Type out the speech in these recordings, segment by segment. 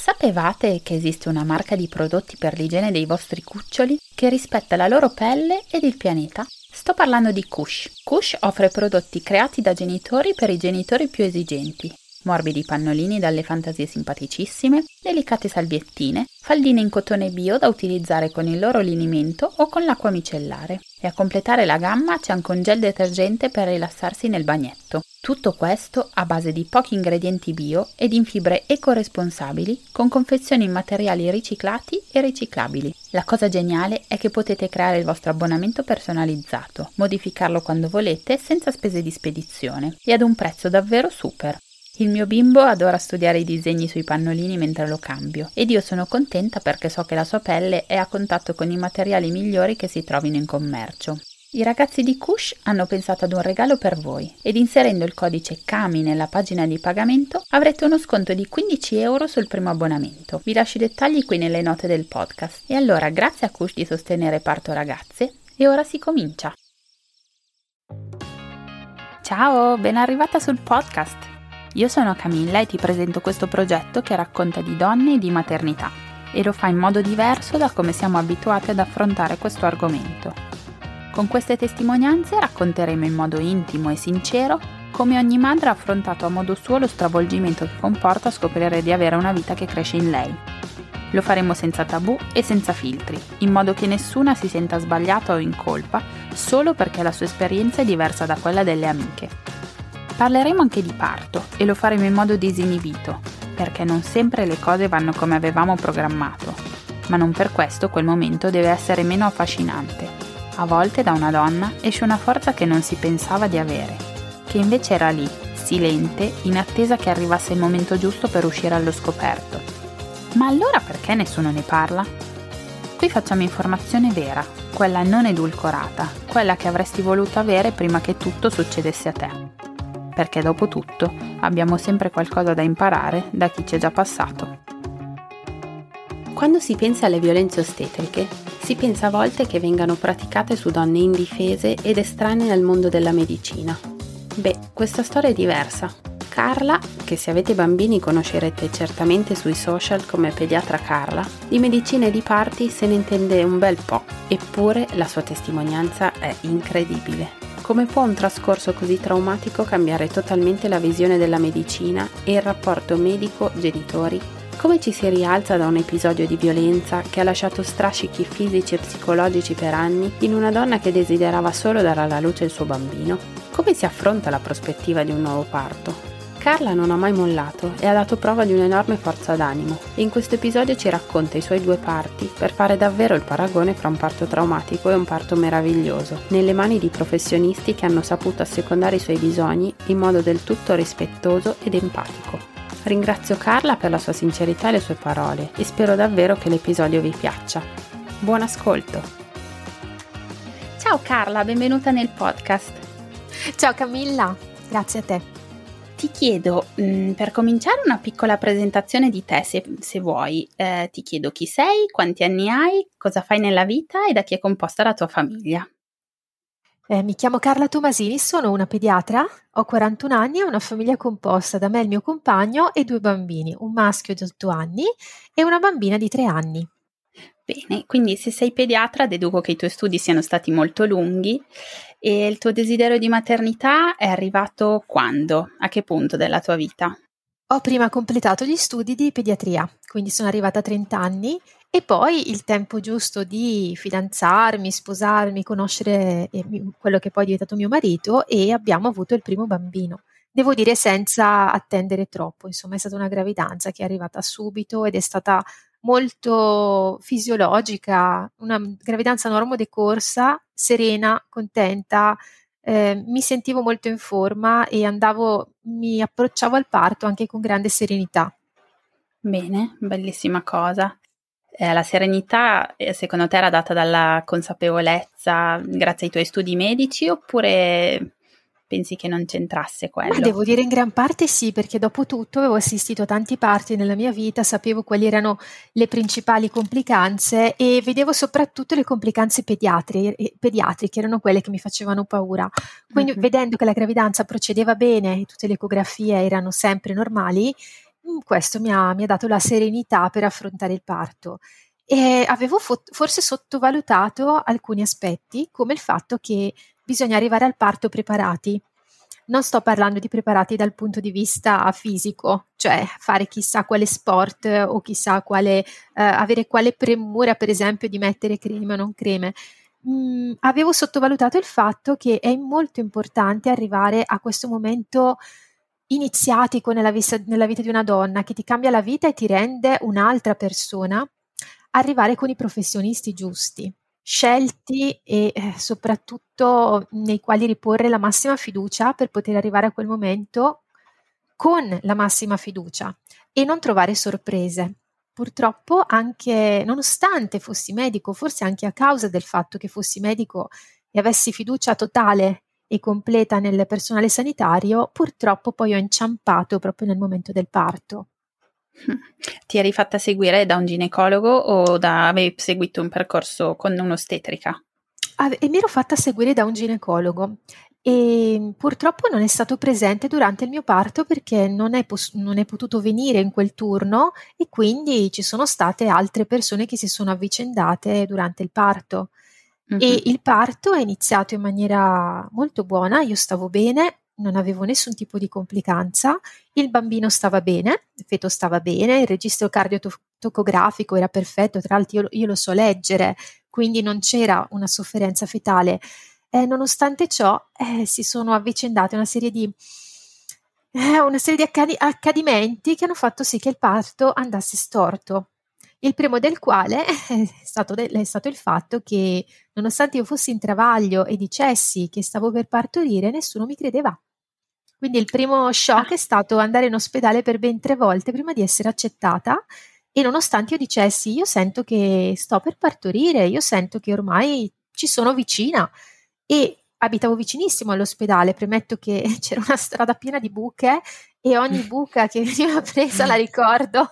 Sapevate che esiste una marca di prodotti per l'igiene dei vostri cuccioli che rispetta la loro pelle ed il pianeta? Sto parlando di Kush. Kush offre prodotti creati da genitori per i genitori più esigenti. Morbidi pannolini dalle fantasie simpaticissime, delicate salviettine, faldine in cotone bio da utilizzare con il loro linimento o con l'acqua micellare. E a completare la gamma c'è anche un gel detergente per rilassarsi nel bagnetto. Tutto questo a base di pochi ingredienti bio ed in fibre ecoresponsabili con confezioni in materiali riciclati e riciclabili. La cosa geniale è che potete creare il vostro abbonamento personalizzato, modificarlo quando volete senza spese di spedizione e ad un prezzo davvero super. Il mio bimbo adora studiare i disegni sui pannolini mentre lo cambio ed io sono contenta perché so che la sua pelle è a contatto con i materiali migliori che si trovino in commercio. I ragazzi di Kush hanno pensato ad un regalo per voi ed inserendo il codice CAMI nella pagina di pagamento avrete uno sconto di 15 euro sul primo abbonamento. Vi lascio i dettagli qui nelle note del podcast. E allora grazie a Kush di sostenere Parto Ragazze e ora si comincia. Ciao, ben arrivata sul podcast. Io sono Camilla e ti presento questo progetto che racconta di donne e di maternità e lo fa in modo diverso da come siamo abituati ad affrontare questo argomento. Con queste testimonianze racconteremo in modo intimo e sincero come ogni madre ha affrontato a modo suo lo stravolgimento che comporta scoprire di avere una vita che cresce in lei. Lo faremo senza tabù e senza filtri, in modo che nessuna si senta sbagliata o in colpa solo perché la sua esperienza è diversa da quella delle amiche. Parleremo anche di parto e lo faremo in modo disinibito, perché non sempre le cose vanno come avevamo programmato, ma non per questo quel momento deve essere meno affascinante. A volte da una donna esce una forza che non si pensava di avere, che invece era lì, silente, in attesa che arrivasse il momento giusto per uscire allo scoperto. Ma allora perché nessuno ne parla? Qui facciamo informazione vera, quella non edulcorata, quella che avresti voluto avere prima che tutto succedesse a te. Perché dopo tutto abbiamo sempre qualcosa da imparare da chi ci è già passato. Quando si pensa alle violenze ostetriche, si pensa a volte che vengano praticate su donne indifese ed estranee al mondo della medicina. Beh, questa storia è diversa. Carla, che se avete bambini conoscerete certamente sui social come pediatra Carla, di medicina e di parti se ne intende un bel po', eppure la sua testimonianza è incredibile. Come può un trascorso così traumatico cambiare totalmente la visione della medicina e il rapporto medico-genitori? Come ci si rialza da un episodio di violenza che ha lasciato strascichi fisici e psicologici per anni in una donna che desiderava solo dare alla luce il suo bambino? Come si affronta la prospettiva di un nuovo parto? Carla non ha mai mollato e ha dato prova di un'enorme forza d'animo e in questo episodio ci racconta i suoi 2 parti per fare davvero il paragone fra un parto traumatico e un parto meraviglioso, nelle mani di professionisti che hanno saputo assecondare i suoi bisogni in modo del tutto rispettoso ed empatico. Ringrazio Carla per la sua sincerità e le sue parole e spero davvero che l'episodio vi piaccia. Buon ascolto! Ciao Carla, benvenuta nel podcast. Ciao Camilla, grazie a te. Ti chiedo, per cominciare, una piccola presentazione di te, se vuoi. Ti chiedo chi sei, quanti anni hai, cosa fai nella vita e da chi è composta la tua famiglia. Mi chiamo Carla Tomasini, sono una pediatra, ho 41 anni e ho una famiglia composta da me e il mio compagno e 2 bambini, un maschio di 8 anni e una bambina di 3 anni. Bene, quindi se sei pediatra deduco che i tuoi studi siano stati molto lunghi e il tuo desiderio di maternità è arrivato quando? A che punto della tua vita? Ho prima completato gli studi di pediatria, quindi sono arrivata a 30 anni e poi il tempo giusto di fidanzarmi, sposarmi, conoscere quello che poi è diventato mio marito e abbiamo avuto il primo bambino. Devo dire senza attendere troppo, insomma è stata una gravidanza che è arrivata subito ed è stata molto fisiologica, una gravidanza normodecorsa, serena, contenta, mi sentivo molto in forma e mi approcciavo al parto anche con grande serenità. Bene, bellissima cosa. La serenità, secondo te, era data dalla consapevolezza grazie ai tuoi studi medici oppure pensi che non c'entrasse quello? Ma devo dire in gran parte sì, perché dopo tutto avevo assistito a tanti parti nella mia vita, sapevo quali erano le principali complicanze e vedevo soprattutto le complicanze pediatriche, erano quelle che mi facevano paura. Quindi vedendo che la gravidanza procedeva bene e tutte le ecografie erano sempre normali, questo mi ha dato la serenità per affrontare il parto. E avevo forse sottovalutato alcuni aspetti, come il fatto che bisogna arrivare al parto preparati. Non sto parlando di preparati dal punto di vista fisico, cioè fare chissà quale sport o chissà quale, avere quale premura, per esempio, di mettere creme o non creme. Avevo sottovalutato il fatto che è molto importante arrivare a questo momento iniziatico nella vita di una donna, che ti cambia la vita e ti rende un'altra persona, arrivare con i professionisti giusti, scelti e soprattutto nei quali riporre la massima fiducia per poter arrivare a quel momento con la massima fiducia e non trovare sorprese. Purtroppo anche, nonostante fossi medico, forse anche a causa del fatto che fossi medico e avessi fiducia totale e completa nel personale sanitario, purtroppo poi ho inciampato proprio nel momento del parto. Ti eri fatta seguire da un ginecologo o avevi seguito un percorso con un'ostetrica? E mi ero fatta seguire da un ginecologo e purtroppo non è stato presente durante il mio parto perché non è potuto venire in quel turno e quindi ci sono state altre persone che si sono avvicendate durante il parto. E il parto è iniziato in maniera molto buona, io stavo bene, non avevo nessun tipo di complicanza, il bambino stava bene, il feto stava bene, il registro cardiotocografico era perfetto, tra l'altro io lo so leggere, quindi non c'era una sofferenza fetale. Nonostante ciò si sono avvicendate una serie di accadimenti che hanno fatto sì che il parto andasse storto. Il primo del quale è stato il fatto che, nonostante io fossi in travaglio e dicessi che stavo per partorire, nessuno mi credeva. Quindi il primo shock è stato andare in ospedale per ben 3 volte prima di essere accettata e nonostante io dicessi io sento che sto per partorire, io sento che ormai ci sono vicina e abitavo vicinissimo all'ospedale, premetto che c'era una strada piena di buche e ogni buca che veniva presa la ricordo.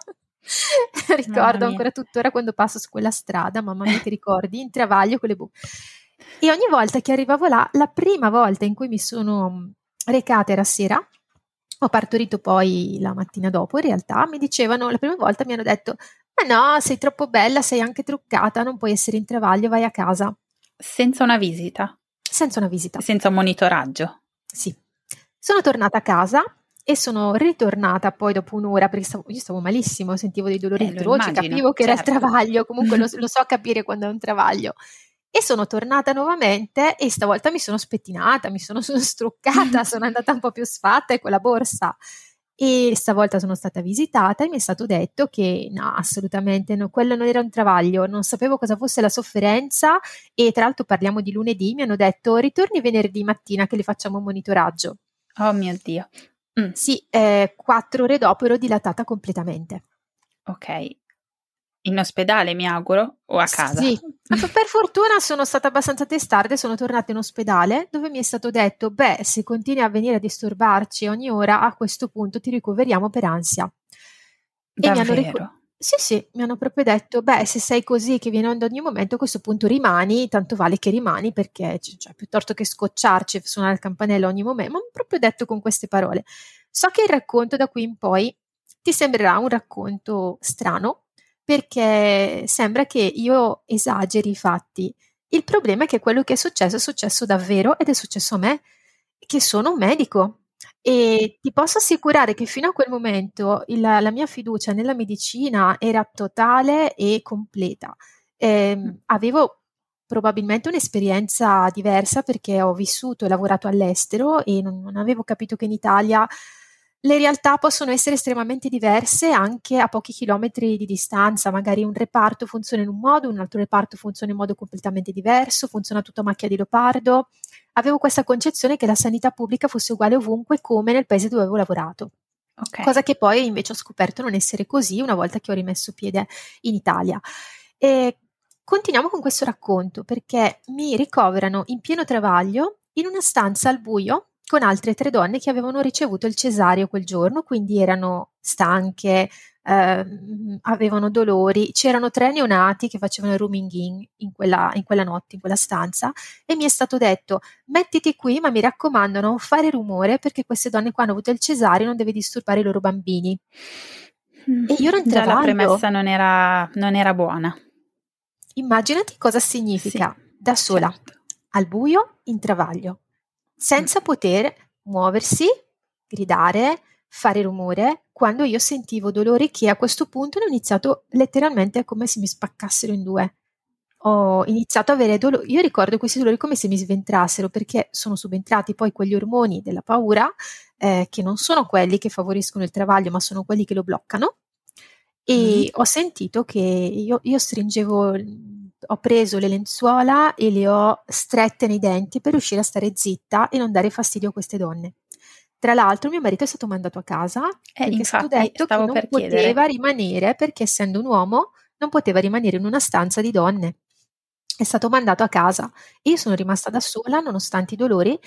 Ricordo ancora tuttora quando passo su quella strada, mamma mia che ricordi, in travaglio con le buche. E ogni volta che arrivavo là, la prima volta in cui mi sono recata era sera, ho partorito poi la mattina dopo, in realtà mi dicevano, la prima volta mi hanno detto ma no, sei troppo bella, sei anche truccata, non puoi essere in travaglio, vai a casa. Senza una visita? Senza una visita. Senza un monitoraggio? Sì. Sono tornata a casa e sono ritornata poi dopo un'ora perché io stavo malissimo, sentivo dei dolori atroci, capivo che era il travaglio, comunque lo so capire quando è un travaglio. E sono tornata nuovamente e stavolta mi sono spettinata, mi sono struccata, sono andata un po' più sfatta e con la borsa. E stavolta sono stata visitata e mi è stato detto che no, assolutamente no, quello non era un travaglio, non sapevo cosa fosse la sofferenza e tra l'altro parliamo di lunedì, mi hanno detto ritorni venerdì mattina che le facciamo un monitoraggio. Oh mio Dio. Sì, 4 ore dopo ero dilatata completamente. Ok. In ospedale mi auguro o a casa? Sì, per fortuna sono stata abbastanza testarda e sono tornata in ospedale dove mi è stato detto se continui a venire a disturbarci ogni ora a questo punto ti ricoveriamo per ansia. Davvero? Sì, mi hanno proprio detto se sei così che viene ogni momento a questo punto rimani, tanto vale che rimani perché piuttosto che scocciarci e suonare il campanello ogni momento, mi hanno proprio detto con queste parole. So che il racconto da qui in poi ti sembrerà un racconto strano perché sembra che io esageri i fatti. Il problema è che quello che è successo davvero ed è successo a me, che sono un medico. E ti posso assicurare che fino a quel momento la mia fiducia nella medicina era totale e completa. Avevo probabilmente un'esperienza diversa perché ho vissuto e lavorato all'estero e non avevo capito che in Italia le realtà possono essere estremamente diverse anche a pochi chilometri di distanza, magari un reparto funziona in un modo, un altro reparto funziona in modo completamente diverso, funziona tutto a macchia di leopardo. Avevo questa concezione che la sanità pubblica fosse uguale ovunque come nel paese dove avevo lavorato. Okay. Cosa che poi invece ho scoperto non essere così una volta che ho rimesso piede in Italia. E continuiamo con questo racconto perché mi ricoverano in pieno travaglio in una stanza al buio con altre 3 donne che avevano ricevuto il cesareo quel giorno, quindi erano stanche, avevano dolori. C'erano 3 neonati che facevano il rooming in quella notte, in quella stanza, e mi è stato detto: mettiti qui, ma mi raccomando, non fare rumore, perché queste donne qua hanno avuto il cesareo, non deve disturbare i loro bambini. E io ero in Già la travaglio. premessa non era buona. Immaginati cosa Sì, significa da sola, certo. al buio, in travaglio, Mm. senza poter muoversi, gridare, fare rumore, quando io sentivo dolori che a questo punto hanno iniziato letteralmente come se mi spaccassero in due. Ho iniziato a avere dolori, io ricordo questi dolori come se mi sventrassero, perché sono subentrati poi quegli ormoni della paura, che non sono quelli che favoriscono il travaglio, ma sono quelli che lo bloccano. Mm. E ho sentito che io stringevo, ho preso le lenzuola e le ho strette nei denti per riuscire a stare zitta e non dare fastidio a queste donne. Tra l'altro, mio marito è stato mandato a casa perché è stato Infatti detto che stavo non per poteva chiedere. rimanere, perché essendo un uomo non poteva rimanere in una stanza di donne. È stato mandato a casa e io sono rimasta da sola nonostante i dolori,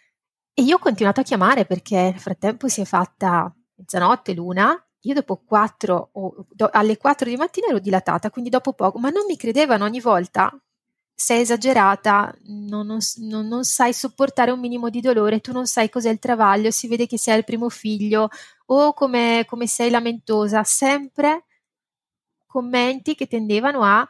e io ho continuato a chiamare perché nel frattempo si è fatta mezzanotte, l'una. Io dopo 4 alle 4 di mattina ero dilatata, quindi dopo poco, ma non mi credevano ogni volta. Sei esagerata, non sai sopportare un minimo di dolore, tu non sai cos'è il travaglio, si vede che sei il primo figlio, o come sei lamentosa, sempre commenti che tendevano a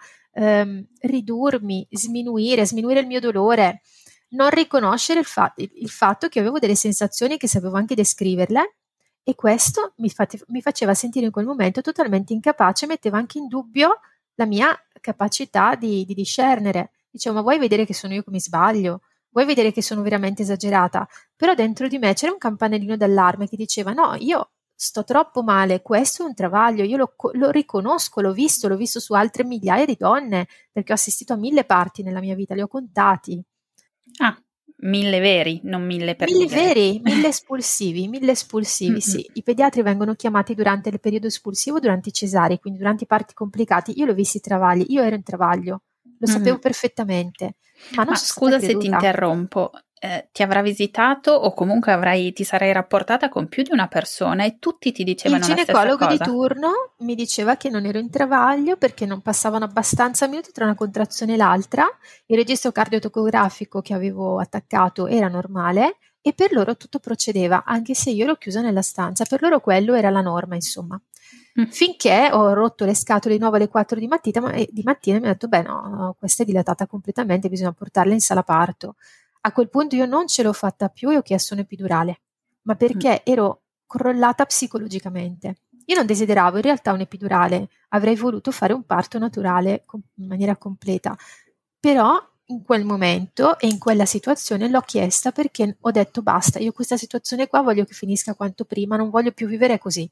ridurmi, sminuire il mio dolore, non riconoscere il fatto che avevo delle sensazioni che sapevo anche descriverle, e questo mi faceva sentire in quel momento totalmente incapace, metteva anche in dubbio la mia capacità di discernere. Dicevo, ma vuoi vedere che sono io che mi sbaglio? Vuoi vedere che sono veramente esagerata? Però dentro di me c'era un campanellino d'allarme che diceva: no, io sto troppo male, questo è un travaglio, io lo riconosco, l'ho visto su altre migliaia di donne, perché ho assistito a 1000 parti nella mia vita, li ho contati. Ah, 1000 veri, non 1000 per 1000 dire. veri, 1000 espulsivi, Mm-mm. sì. I pediatri vengono chiamati durante il periodo espulsivo, durante i cesarei, quindi durante i parti complicati. Io l'ho visti i travagli, io ero in travaglio, lo sapevo Mhm. perfettamente, ma non Ma sono stata scusa se ti creduta. interrompo, ti avrà visitato o comunque ti sarei rapportata con più di una persona e tutti ti Il dicevano la stessa ginecologo di cosa? turno mi diceva che non ero in travaglio perché non passavano abbastanza minuti tra una contrazione e l'altra, il registro cardiotocografico che avevo attaccato era normale e per loro tutto procedeva, anche se io ero chiusa nella stanza, per loro quello era la norma, insomma. Mm. Finché ho rotto le scatole di nuovo alle 4 di mattina e mi ha detto: beh, no, no, questa è dilatata completamente, bisogna portarla in sala parto. A quel punto io non ce l'ho fatta più e ho chiesto un epidurale, ma Mm. perché ero crollata psicologicamente. Io non desideravo in realtà un epidurale, avrei voluto fare un parto naturale in maniera completa, però in quel momento e in quella situazione l'ho chiesta perché ho detto: basta, io questa situazione qua voglio che finisca quanto prima, non voglio più vivere così,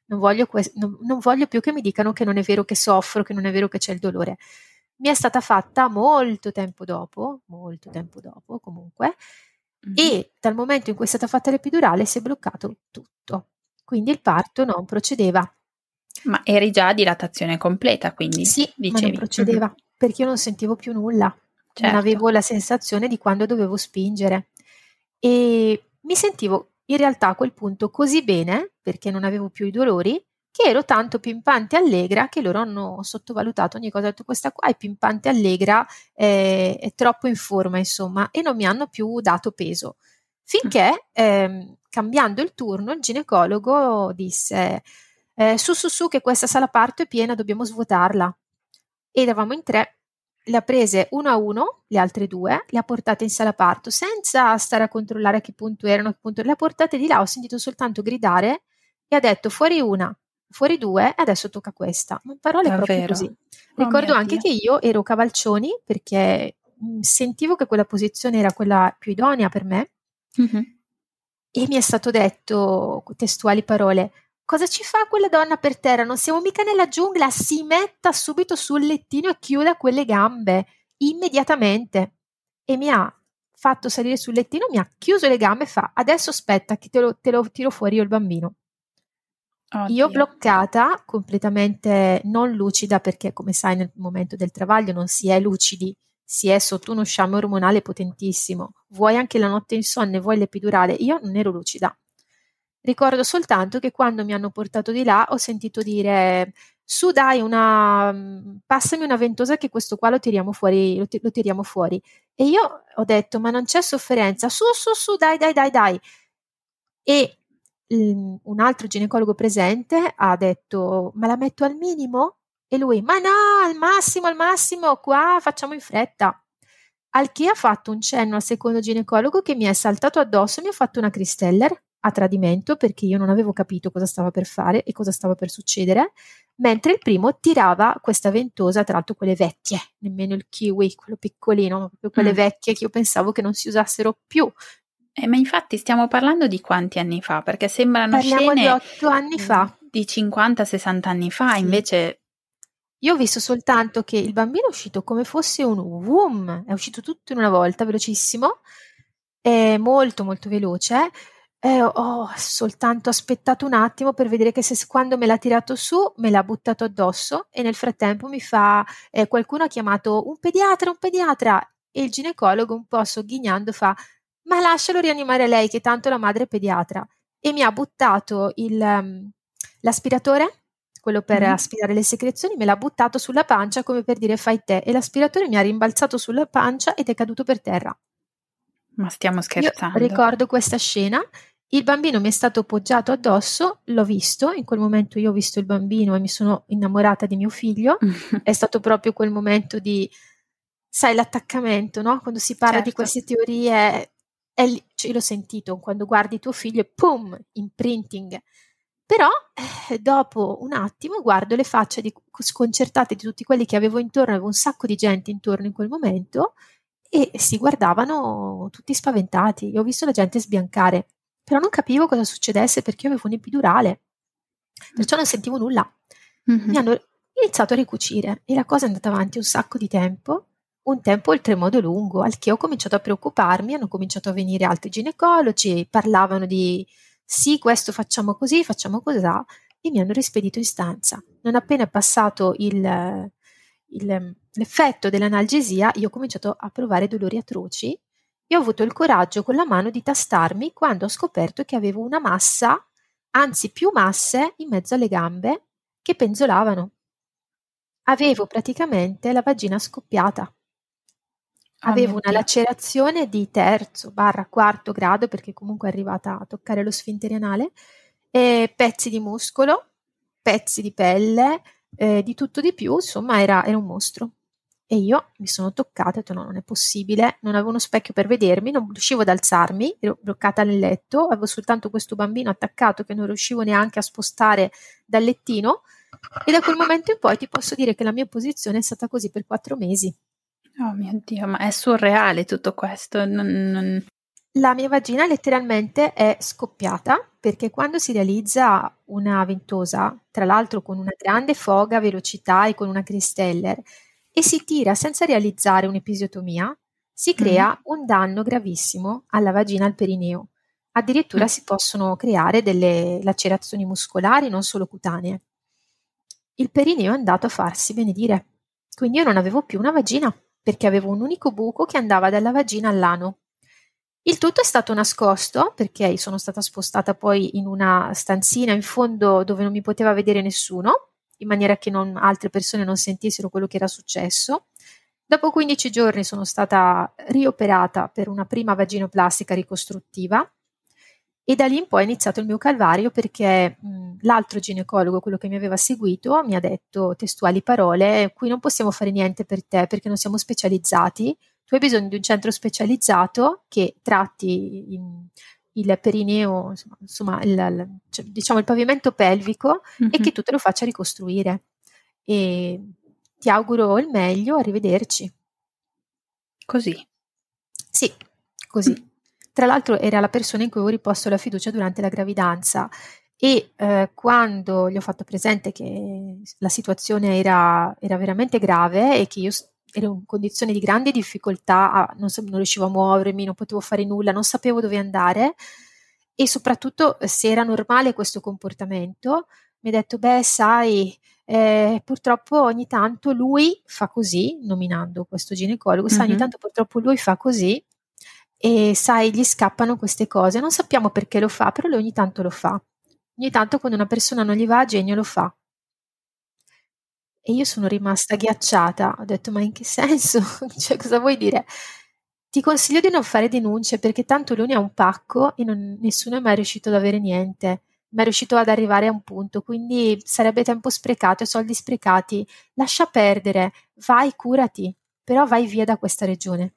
non voglio più che mi dicano che non è vero che soffro, che non è vero che c'è il dolore. Mi è stata fatta molto tempo dopo comunque, Mhm. e dal momento in cui è stata fatta l'epidurale si è bloccato tutto. Quindi il parto non procedeva. Ma eri già a dilatazione completa, quindi Sì, ma non dicevi. Mhm. procedeva perché io non sentivo più nulla, non Certo. avevo la sensazione di quando dovevo spingere, e mi sentivo in realtà a quel punto così bene, perché non avevo più i dolori, che ero tanto pimpante e allegra che loro hanno sottovalutato ogni cosa. Ho detto: questa qua è pimpante e allegra, è troppo in forma, insomma, e non mi hanno più dato peso. Mm. Finché, cambiando il turno, il ginecologo disse: su, che questa sala parto è piena, dobbiamo svuotarla. Ed eravamo in 3, le ha prese uno a uno, le altre 2, le ha portate in sala parto, senza stare a controllare a che punto erano, a che punto, le ha portate di là, ho sentito soltanto gridare e ha detto: fuori una, fuori 2, e adesso tocca questa. Ma parole proprio Davvero? così. Oh mio Ricordo anche Dio. che io ero cavalcioni perché sentivo che quella posizione era quella più idonea per me, Mhm. e mi è stato detto, testuali parole: cosa ci fa quella donna per terra? Non siamo mica nella giungla, si metta subito sul lettino e chiuda quelle gambe, immediatamente. E mi ha fatto salire sul lettino, mi ha chiuso le gambe e fa: adesso aspetta che te lo tiro fuori io il bambino. Io Oddio. bloccata, completamente non lucida, perché come sai nel momento del travaglio non si è lucidi si è sotto uno sciame ormonale potentissimo, vuoi anche la notte insonne, vuoi l'epidurale, io non ero lucida. Ricordo soltanto che quando mi hanno portato di là ho sentito dire su dai, passami una ventosa che questo qua lo tiriamo fuori, lo tiriamo fuori. E io ho detto ma non c'è sofferenza, su, dai, dai, dai, dai. E un altro ginecologo presente ha detto ma la metto al minimo? E lui ma no, al massimo, qua facciamo in fretta. Al che ha fatto un cenno al secondo ginecologo che mi è saltato addosso e mi ha fatto una Christeller a tradimento perché io non avevo capito cosa stava per fare e cosa stava per succedere, mentre il primo tirava questa ventosa, tra l'altro quelle vecchie, nemmeno il kiwi, quello piccolino, ma proprio quelle vecchie che io pensavo che non si usassero più. Ma infatti stiamo parlando di quanti anni fa? Perché sembrano Parliamo di scene 8 anni fa. di 50-60 anni fa, Sì. invece Io ho visto soltanto che il bambino è uscito come fosse un boom, è uscito tutto in una volta, velocissimo, è molto molto veloce. Ho soltanto aspettato un attimo per vedere che se quando me l'ha tirato su me l'ha buttato addosso e nel frattempo mi fa qualcuno ha chiamato un pediatra e il ginecologo un po' sogghignando fa ma lascialo rianimare lei che tanto la madre è pediatra e mi ha buttato l'aspiratore, quello per aspirare le secrezioni, me l'ha buttato sulla pancia come per dire fai te e l'aspiratore mi ha rimbalzato sulla pancia ed è caduto per terra. Ma stiamo scherzando? Io ricordo questa scena, il bambino mi è stato poggiato addosso, l'ho visto, in quel momento io ho visto il bambino e mi sono innamorata di mio figlio, è stato proprio quel momento di, sai, l'attaccamento, no? Quando si parla di queste teorie, è lì, cioè io l'ho sentito, quando guardi tuo figlio e pum, imprinting. Però dopo un attimo guardo le facce sconcertate di tutti quelli che avevo intorno, avevo un sacco di gente intorno in quel momento e si guardavano tutti spaventati. Io ho visto la gente sbiancare, però non capivo cosa succedesse perché io avevo un epidurale, perciò non sentivo nulla. Mi hanno iniziato a ricucire e la cosa è andata avanti un sacco di tempo, un tempo oltremodo lungo, al che ho cominciato a preoccuparmi, hanno cominciato a venire altri ginecologi, parlavano di sì, questo facciamo così, facciamo cosà, e mi hanno rispedito in stanza. Non appena è passato l'effetto dell'analgesia, io ho cominciato a provare dolori atroci e ho avuto il coraggio con la mano di tastarmi quando ho scoperto che avevo una massa, anzi più masse, in mezzo alle gambe che penzolavano. Avevo praticamente la vagina scoppiata. Avevo una lacerazione di terzo/quarto grado, perché comunque è arrivata a toccare lo sfintere anale, pezzi di muscolo, pezzi di pelle, di tutto di più, insomma era un mostro. E io mi sono toccata e ho detto no, non è possibile, non avevo uno specchio per vedermi, non riuscivo ad alzarmi, ero bloccata nel letto, avevo soltanto questo bambino attaccato che non riuscivo neanche a spostare dal lettino e da quel momento in poi ti posso dire che la mia posizione è stata così per 4 mesi. Oh mio Dio, ma è surreale tutto questo. La mia vagina letteralmente è scoppiata perché quando si realizza una ventosa, tra l'altro con una grande foga, velocità e con una Christeller, e si tira senza realizzare un'episiotomia, si crea un danno gravissimo alla vagina e al perineo. Addirittura si possono creare delle lacerazioni muscolari, non solo cutanee. Il perineo è andato a farsi benedire, quindi io non avevo più una vagina perché avevo un unico buco che andava dalla vagina all'ano. Il tutto è stato nascosto perché sono stata spostata poi in una stanzina in fondo dove non mi poteva vedere nessuno, in maniera che altre persone non sentissero quello che era successo. Dopo 15 giorni sono stata rioperata per una prima vaginoplastica ricostruttiva e da lì in poi è iniziato il mio calvario perché l'altro ginecologo, quello che mi aveva seguito, mi ha detto testuali parole: qui non possiamo fare niente per te perché non siamo specializzati, tu hai bisogno di un centro specializzato che tratti il perineo, insomma cioè, diciamo il pavimento pelvico e che tu te lo faccia ricostruire. E ti auguro il meglio, arrivederci. Così? Sì, così. Tra l'altro era la persona in cui avevo riposto la fiducia durante la gravidanza e quando gli ho fatto presente che la situazione era veramente grave e che io ero in condizione di grande difficoltà, non riuscivo a muovermi, non potevo fare nulla, non sapevo dove andare e soprattutto se era normale questo comportamento, mi ha detto, beh, sai, Purtroppo ogni tanto lui fa così, nominando questo ginecologo, sai, ogni tanto purtroppo lui fa così e sai, gli scappano queste cose, non sappiamo perché lo fa, però lui ogni tanto lo fa. Ogni tanto quando una persona non gli va a genio lo fa. E io sono rimasta ghiacciata, ho detto: "Ma in che senso? Cioè, cosa vuoi dire?" Ti consiglio di non fare denunce perché tanto lui ne ha un pacco e nessuno è mai riuscito ad avere niente, mai riuscito ad arrivare a un punto, quindi sarebbe tempo sprecato e soldi sprecati. Lascia perdere, vai, curati, però vai via da questa regione,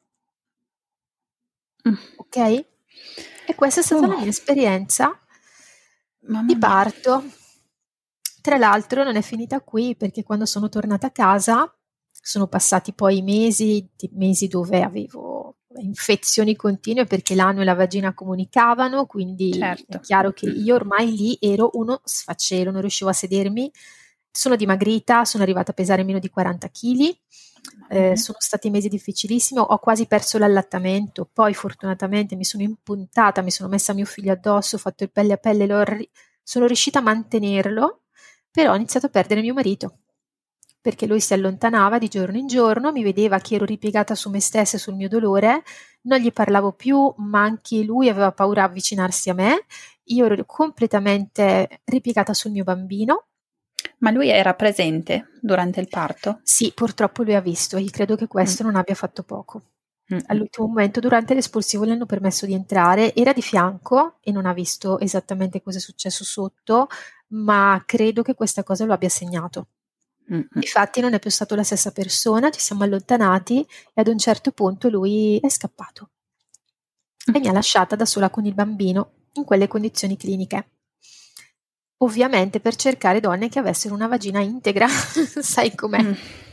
ok? E questa è stata la mia esperienza Mamma di mia. parto. Tra l'altro non è finita qui perché quando sono tornata a casa sono passati poi mesi dove avevo infezioni continue perché l'ano e la vagina comunicavano, quindi è Certo. chiaro che io ormai lì ero uno sfacelo, non riuscivo a sedermi, sono dimagrita, sono arrivata a pesare meno di 40 kg, sono stati mesi difficilissimi, ho quasi perso l'allattamento, poi fortunatamente mi sono impuntata, mi sono messa mio figlio addosso, ho fatto il pelle a pelle, sono riuscita a mantenerlo, però ho iniziato a perdere mio marito, perché lui si allontanava di giorno in giorno, mi vedeva che ero ripiegata su me stessa e sul mio dolore, non gli parlavo più, ma anche lui aveva paura a avvicinarsi a me, io ero completamente ripiegata sul mio bambino. Ma lui era presente durante il parto? Sì, purtroppo lui ha visto e credo che questo non abbia fatto poco. All'ultimo momento, durante l'espulsivo, le hanno permesso di entrare, era di fianco e non ha visto esattamente cosa è successo sotto, ma credo che questa cosa lo abbia segnato. Infatti non è più stato la stessa persona, ci siamo allontanati e ad un certo punto lui è scappato e mi ha lasciata da sola con il bambino in quelle condizioni cliniche. Ovviamente per cercare donne che avessero una vagina integra, sai com'è?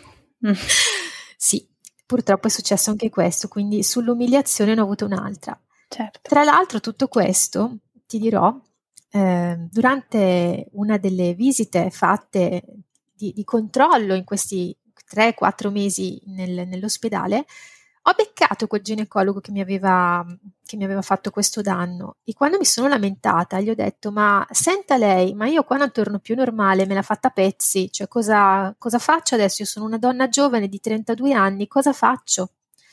Sì, purtroppo è successo anche questo, quindi sull'umiliazione ne ho avuto un'altra. Certo. Tra l'altro tutto questo, ti dirò, durante una delle visite fatte di controllo in questi 3-4 mesi nell'ospedale, ho beccato quel ginecologo che mi aveva fatto questo danno e quando mi sono lamentata gli ho detto: "Ma senta lei, ma io qua non torno più normale, me l'ha fatta a pezzi, cioè cosa faccio adesso? Io sono una donna giovane di 32 anni, cosa faccio?"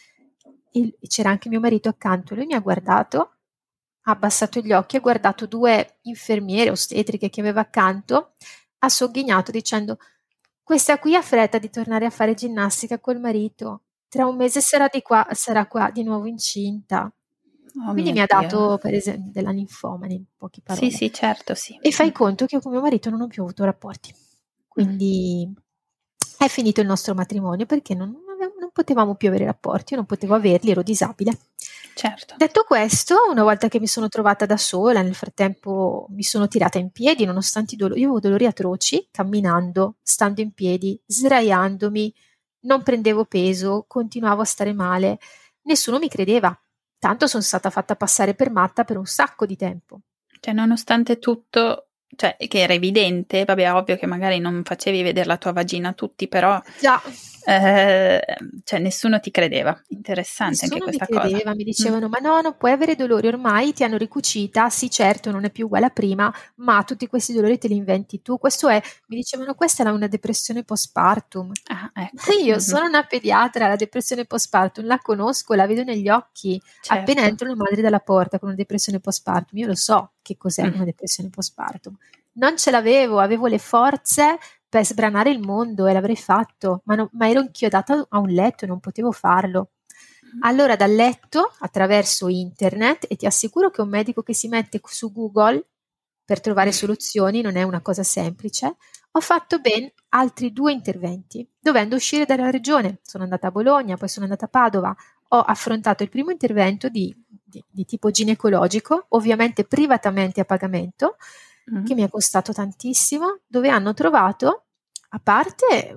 E c'era anche mio marito accanto, lui mi ha guardato, ha abbassato gli occhi, ha guardato 2 infermiere ostetriche che aveva accanto, ha sogghignato dicendo: "Questa qui ha fretta di tornare a fare ginnastica col marito. Tra un mese sarà qua di nuovo incinta." Oh Quindi mio mi ha Dio. dato per esempio della linfoma, in poche Sì, parole. sì, certo, sì. E fai conto che io con mio marito non ho più avuto rapporti. Quindi è finito il nostro matrimonio perché non potevamo più avere rapporti, io non potevo averli, ero disabile. Certo. Detto questo, una volta che mi sono trovata da sola, nel frattempo mi sono tirata in piedi nonostante io avevo dolori atroci, camminando, stando in piedi, sdraiandomi, non prendevo peso, continuavo a stare male. Nessuno mi credeva, tanto sono stata fatta passare per matta per un sacco di tempo. Cioè, nonostante tutto, cioè, che era evidente, vabbè, ovvio che magari non facevi vedere la tua vagina a tutti, però Già. cioè nessuno ti credeva. Interessante anche Nessuno mi questa cosa. credeva, mi dicevano: "Ma no, non puoi avere dolori, ormai ti hanno ricucita, sì certo non è più uguale a prima, ma tutti questi dolori te li inventi tu." Mi dicevano: "Questa è una depressione postpartum." Ah, ecco. Ma io sono una pediatra, la depressione postpartum la conosco, la vedo negli occhi. Certo. Appena entrano madri dalla porta con una depressione postpartum, io lo so che cos'è una depressione postpartum. Non ce l'avevo, avevo le forze per sbranare il mondo e l'avrei fatto, ma ero inchiodata a un letto e non potevo farlo. Allora dal letto, attraverso internet, e ti assicuro che un medico che si mette su Google per trovare soluzioni non è una cosa semplice, ho fatto ben altri 2 interventi, dovendo uscire dalla regione. Sono andata a Bologna, poi sono andata a Padova, ho affrontato il primo intervento di tipo ginecologico, ovviamente privatamente a pagamento, che mi è costato tantissimo, dove hanno trovato, a parte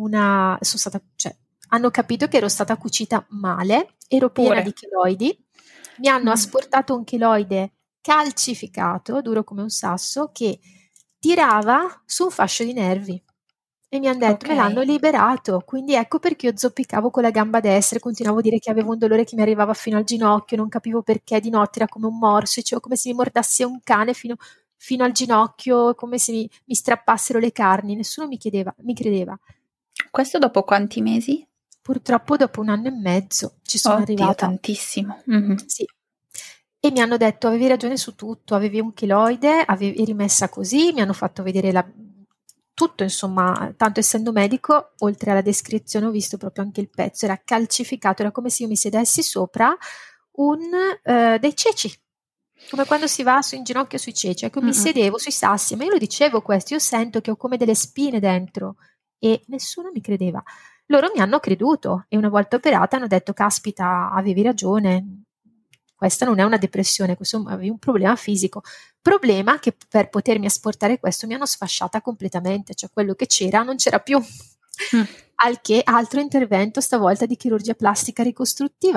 hanno capito che ero stata cucita male, ero piena di cheloidi, mi hanno asportato un cheloide calcificato, duro come un sasso, che tirava su un fascio di nervi. E mi hanno detto: "Me l'hanno liberato." Quindi ecco perché io zoppicavo con la gamba destra e continuavo a dire che avevo un dolore che mi arrivava fino al ginocchio, non capivo perché, di notte era come un morso, dicevo come se mi mordassi un cane fino fino al ginocchio, come se mi strappassero le carni, nessuno mi credeva. Questo dopo quanti mesi? Purtroppo dopo 1 anno e mezzo ci sono Oddio, arrivata. tantissimo. Mm-hmm. Sì. E mi hanno detto: avevi ragione su tutto, avevi un cheloide, eri messa così, mi hanno fatto vedere tutto, insomma, tanto essendo medico, oltre alla descrizione ho visto proprio anche il pezzo, era calcificato, era come se io mi sedessi sopra dei ceci, come quando si va in ginocchio sui ceci, ecco, mi sedevo sui sassi, ma io lo dicevo questo, io sento che ho come delle spine dentro, e nessuno mi credeva. Loro mi hanno creduto e una volta operata hanno detto: caspita, avevi ragione, questa non è una depressione, questo avevi un problema fisico. Problema che per potermi asportare questo mi hanno sfasciata completamente, cioè quello che c'era non c'era più. Al che altro intervento, stavolta di chirurgia plastica ricostruttiva.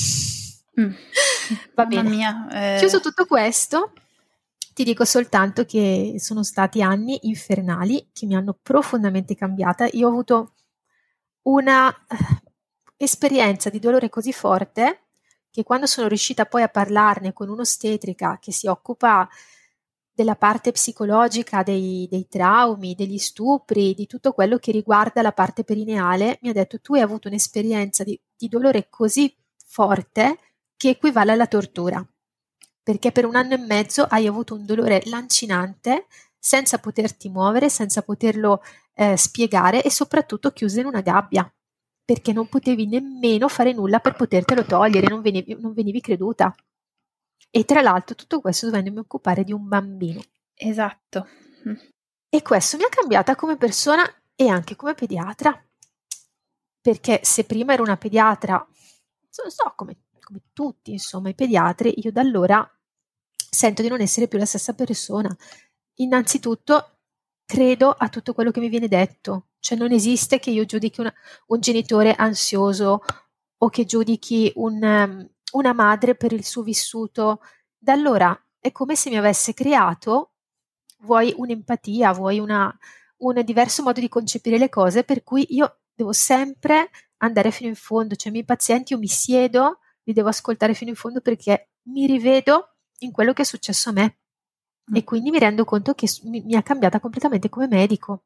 Va bene. Mia, chiuso tutto questo, ti dico soltanto che sono stati anni infernali che mi hanno profondamente cambiata. Io ho avuto una esperienza di dolore così forte che quando sono riuscita poi a parlarne con un'ostetrica che si occupa della parte psicologica dei traumi, degli stupri, di tutto quello che riguarda la parte perineale, mi ha detto: tu hai avuto un'esperienza di dolore così forte che equivale alla tortura, perché per 1 anno e mezzo hai avuto un dolore lancinante senza poterti muovere, senza poterlo spiegare, e soprattutto chiusa in una gabbia, perché non potevi nemmeno fare nulla per potertelo togliere, non venivi creduta. E tra l'altro tutto questo dovendomi occupare di un bambino. Esatto. E questo mi ha cambiata come persona e anche come pediatra, perché se prima ero una pediatra, come tutti insomma i pediatri, io da allora sento di non essere più la stessa persona. Innanzitutto credo a tutto quello che mi viene detto, cioè non esiste che io giudichi un genitore ansioso o che giudichi una madre per il suo vissuto. Da allora è come se mi avesse creato, vuoi un'empatia, vuoi un diverso modo di concepire le cose, per cui io devo sempre andare fino in fondo, cioè i miei pazienti io mi siedo, li devo ascoltare fino in fondo perché mi rivedo in quello che è successo a me e quindi mi rendo conto che mi ha cambiata completamente come medico.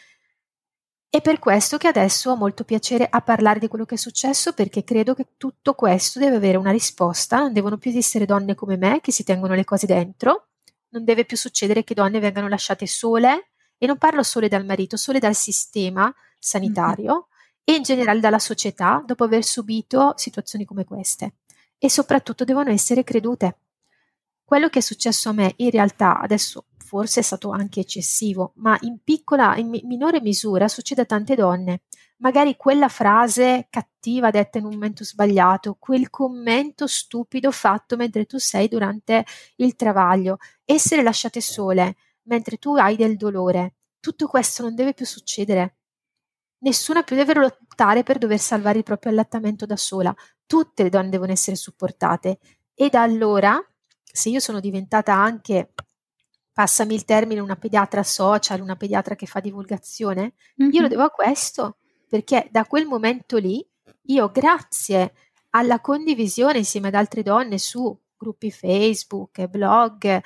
È per questo che adesso ho molto piacere a parlare di quello che è successo, perché credo che tutto questo deve avere una risposta, non devono più esistere donne come me che si tengono le cose dentro, non deve più succedere che donne vengano lasciate sole, e non parlo sole dal marito, sole dal sistema sanitario e in generale dalla società dopo aver subito situazioni come queste, e soprattutto devono essere credute. Quello che è successo a me in realtà adesso forse è stato anche eccessivo, ma in minore misura succede a tante donne. Magari quella frase cattiva detta in un momento sbagliato, quel commento stupido fatto mentre tu sei durante il travaglio, essere lasciate sole mentre tu hai del dolore, tutto questo non deve più succedere. Nessuna più deve lottare per dover salvare il proprio allattamento da sola. Tutte le donne devono essere supportate. E da allora, se io sono diventata anche, passami il termine, una pediatra social, una pediatra che fa divulgazione, io lo devo a questo, perché da quel momento lì io, grazie alla condivisione insieme ad altre donne su gruppi Facebook, blog,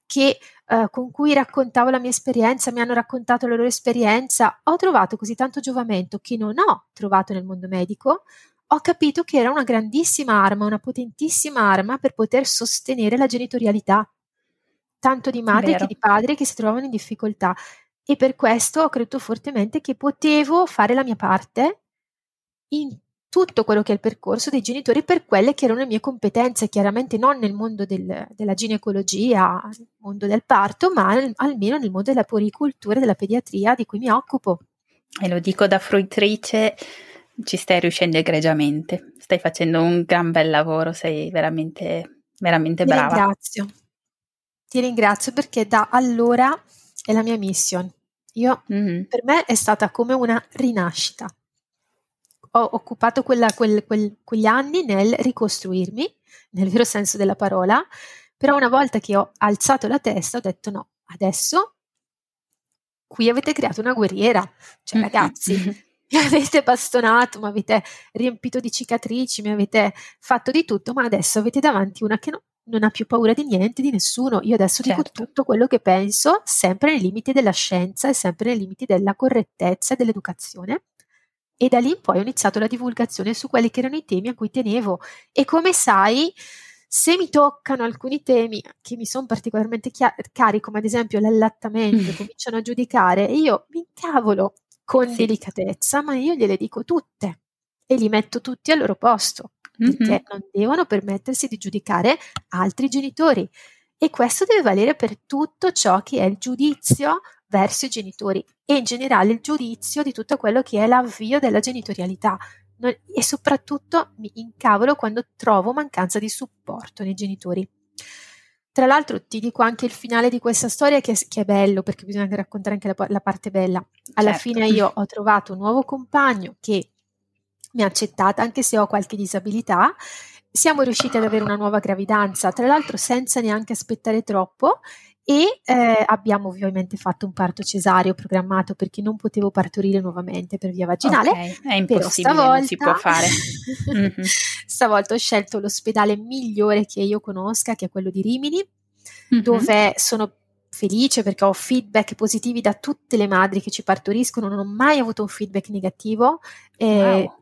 con cui raccontavo la mia esperienza, mi hanno raccontato la loro esperienza, ho trovato così tanto giovamento che non ho trovato nel mondo medico. Ho capito che era una grandissima arma, una potentissima arma per poter sostenere la genitorialità, tanto di madri che di padri che si trovavano in difficoltà, e per questo ho creduto fortemente che potevo fare la mia parte in tutto quello che è il percorso dei genitori per quelle che erano le mie competenze, chiaramente non nel mondo della ginecologia, nel mondo del parto, ma almeno nel mondo della puericultura e della pediatria di cui mi occupo. E lo dico da fruitrice, ci stai riuscendo egregiamente, stai facendo un gran bel lavoro, sei veramente, veramente brava. Ti ringrazio perché da allora è la mia mission. Per me è stata come una rinascita. Ho occupato quegli anni nel ricostruirmi, nel vero senso della parola, però una volta che ho alzato la testa ho detto: no, adesso qui avete creato una guerriera, cioè ragazzi, mi avete bastonato, mi avete riempito di cicatrici, mi avete fatto di tutto, ma adesso avete davanti una che non ha più paura di niente, di nessuno. Io adesso dico tutto quello che penso, sempre nei limiti della scienza e sempre nei limiti della correttezza e dell'educazione. E da lì in poi ho iniziato la divulgazione su quelli che erano i temi a cui tenevo. E come sai, se mi toccano alcuni temi che mi sono particolarmente cari, come ad esempio l'allattamento, cominciano a giudicare, e io mi incavolo con delicatezza, ma io gliele dico tutte e li metto tutti al loro posto, perché non devono permettersi di giudicare altri genitori. E questo deve valere per tutto ciò che è il giudizio verso i genitori e in generale il giudizio di tutto quello che è l'avvio della genitorialità. E soprattutto mi incavolo quando trovo mancanza di supporto nei genitori. Tra l'altro ti dico anche il finale di questa storia che è bello, perché bisogna anche raccontare anche la parte bella. Alla fine io ho trovato un nuovo compagno che mi ha accettata anche se ho qualche disabilità. Siamo riusciti ad avere una nuova gravidanza, tra l'altro senza neanche aspettare troppo, e abbiamo ovviamente fatto un parto cesareo programmato perché non potevo partorire nuovamente per via vaginale. Okay, è impossibile, non si può fare. Stavolta ho scelto l'ospedale migliore che io conosca, che è quello di Rimini, dove sono felice perché ho feedback positivi da tutte le madri che ci partoriscono, non ho mai avuto un feedback negativo. Wow.